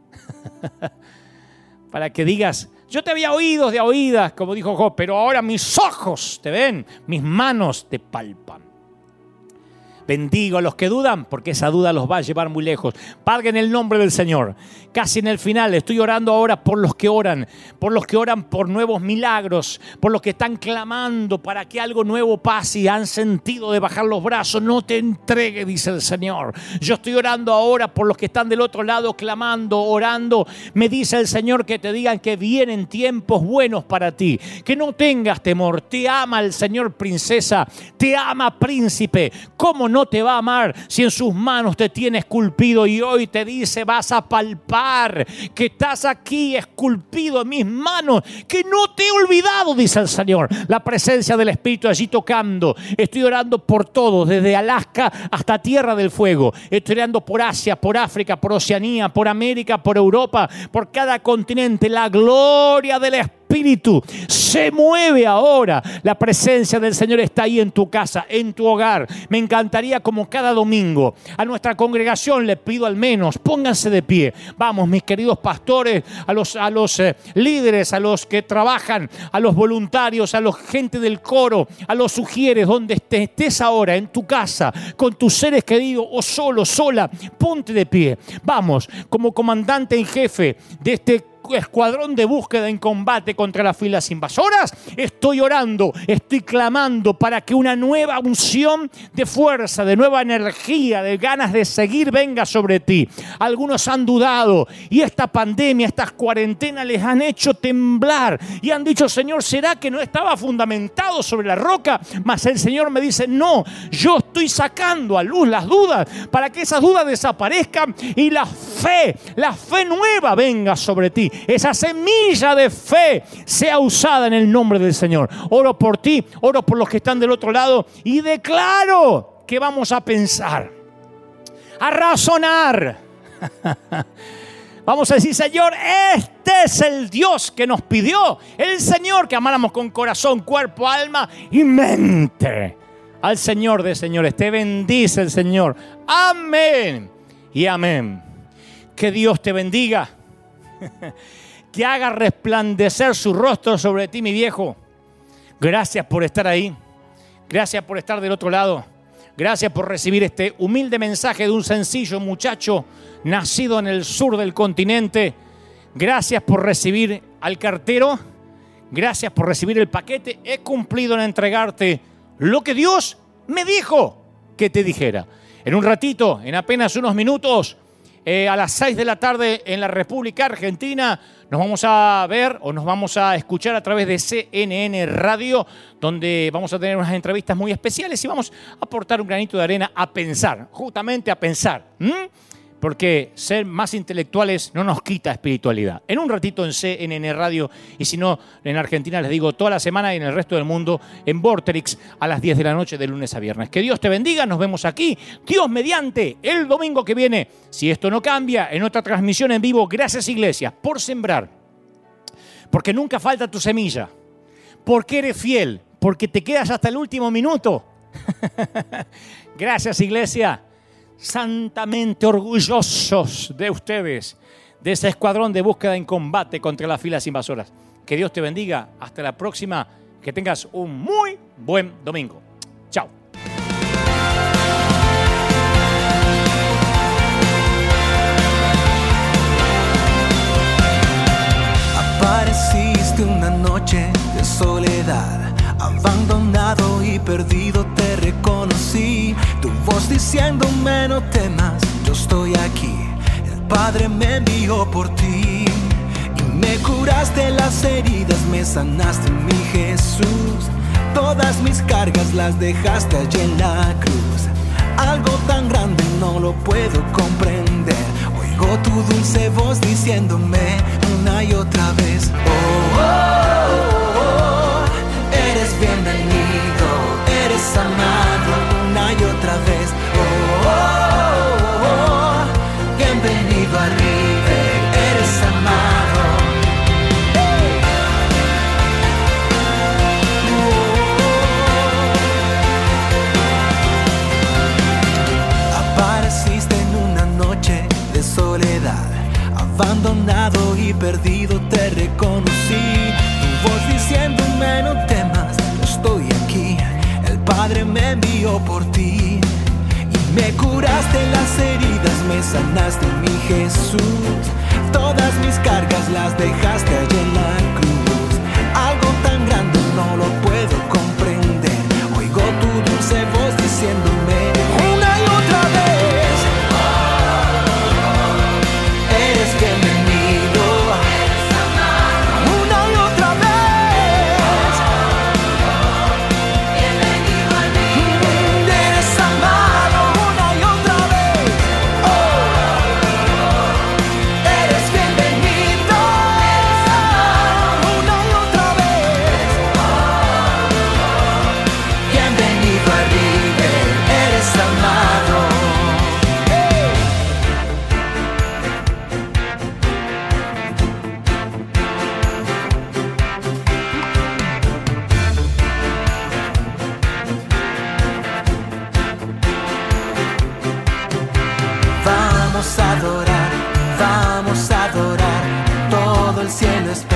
Para que digas, yo te había oído de oídas, como dijo Job, pero ahora mis ojos te ven, mis manos te palpan. Bendigo a los que dudan, porque esa duda los va a llevar muy lejos. Padre, en el nombre del Señor, casi en el final, estoy orando ahora por los que oran, por los que oran por nuevos milagros, por los que están clamando para que algo nuevo pase y han sentido de bajar los brazos. No te entregue, dice el Señor. Yo estoy orando ahora por los que están del otro lado clamando, orando. Me dice el Señor que te digan que vienen tiempos buenos para ti, que no tengas temor. Te ama el Señor, princesa, te ama, príncipe. ¿Cómo no te va a amar si en sus manos te tiene esculpido? Y hoy te dice, vas a palpar que estás aquí esculpido en mis manos, que no te he olvidado, dice el Señor. La presencia del Espíritu allí tocando. Estoy orando por todos, desde Alaska hasta Tierra del Fuego. Estoy orando por Asia, por África, por Oceanía, por América, por Europa, por cada continente. La gloria del Espíritu Espíritu se mueve ahora. La presencia del Señor está ahí en tu casa, en tu hogar. Me encantaría, como cada domingo, a nuestra congregación le pido al menos, pónganse de pie. Vamos, mis queridos pastores, a los, a los eh, líderes, a los que trabajan, a los voluntarios, a la gente del coro, a los sugieres, donde estés, estés ahora, en tu casa, con tus seres queridos o solo, sola, ponte de pie. Vamos, como comandante en jefe de este escuadrón de búsqueda en combate contra las filas invasoras, estoy orando, estoy clamando para que una nueva unción de fuerza, de nueva energía, de ganas de seguir venga sobre ti. Algunos han dudado y esta pandemia, estas cuarentenas les han hecho temblar y han dicho: Señor, ¿será que no estaba fundamentado sobre la roca? Mas el Señor me dice: no, yo estoy sacando a luz las dudas para que esas dudas desaparezcan y la fe, la fe nueva venga sobre ti. Esa semilla de fe sea usada en el nombre del Señor. Oro por ti, oro por los que están del otro lado y declaro que vamos a pensar, a razonar. Vamos a decir: Señor, este es el Dios que nos pidió el Señor que amáramos con corazón, cuerpo, alma y mente al Señor de señores. Te bendice el Señor. Amén y amén. Que Dios te bendiga. Que haga resplandecer su rostro sobre ti, mi viejo. Gracias por estar ahí. Gracias por estar del otro lado. Gracias por recibir este humilde mensaje de un sencillo muchacho nacido en el sur del continente. Gracias por recibir al cartero. Gracias por recibir el paquete. He cumplido en entregarte lo que Dios me dijo que te dijera. En un ratito, en apenas unos minutos, Eh, a las seis de la tarde en la República Argentina, nos vamos a ver o nos vamos a escuchar a través de C N N Radio, donde vamos a tener unas entrevistas muy especiales y vamos a aportar un granito de arena a pensar, justamente a pensar. ¿Mm? Porque ser más intelectuales no nos quita espiritualidad. En un ratito en C N N Radio, y si no, en Argentina les digo toda la semana, y en el resto del mundo en Vorterix a las diez de la noche de lunes a viernes. Que Dios te bendiga, nos vemos aquí, Dios mediante, el domingo que viene. Si esto no cambia, en otra transmisión en vivo. Gracias, iglesia, por sembrar. Porque nunca falta tu semilla. Porque eres fiel. Porque te quedas hasta el último minuto. Gracias, iglesia. Santamente orgullosos de ustedes, de ese escuadrón de búsqueda en combate contra las filas invasoras. Que Dios te bendiga. Hasta la próxima. Que tengas un muy buen domingo. Chao. Apareciste una noche de soledad, abandonado y perdido te reconocí. Tu voz diciéndome: no temas, yo estoy aquí. El Padre me envió por ti y me curaste las heridas, me sanaste, mi Jesús. Todas mis cargas las dejaste allí en la cruz. Algo tan grande no lo puedo comprender. Oigo tu dulce voz diciéndome una y otra vez: oh, oh, oh, oh. Eres bienvenido, eres amado una y otra vez. Oh, oh, oh, oh. Bienvenido a River, eres amado. Oh. Apareciste en una noche de soledad, abandonado y perdido te reconocí. Tu voz diciéndome: no temas, yo estoy aquí. El Padre me envió por ti y me curaste las heridas, me sanaste, mi Jesús. Todas mis cargas las dejaste allí en la cruz. Algo tan grande no lo puedo comprender. Oigo tu dulce voz diciéndome una y otra vez: eres bienvenido, eres amado. Una y otra vez, bienvenido a mí. Eres amado una y otra vez. Oh, eres bienvenido, eres amado. Una y otra vez. Oh, bienvenido a River. Vamos a adorar, vamos a adorar, todo el cielo es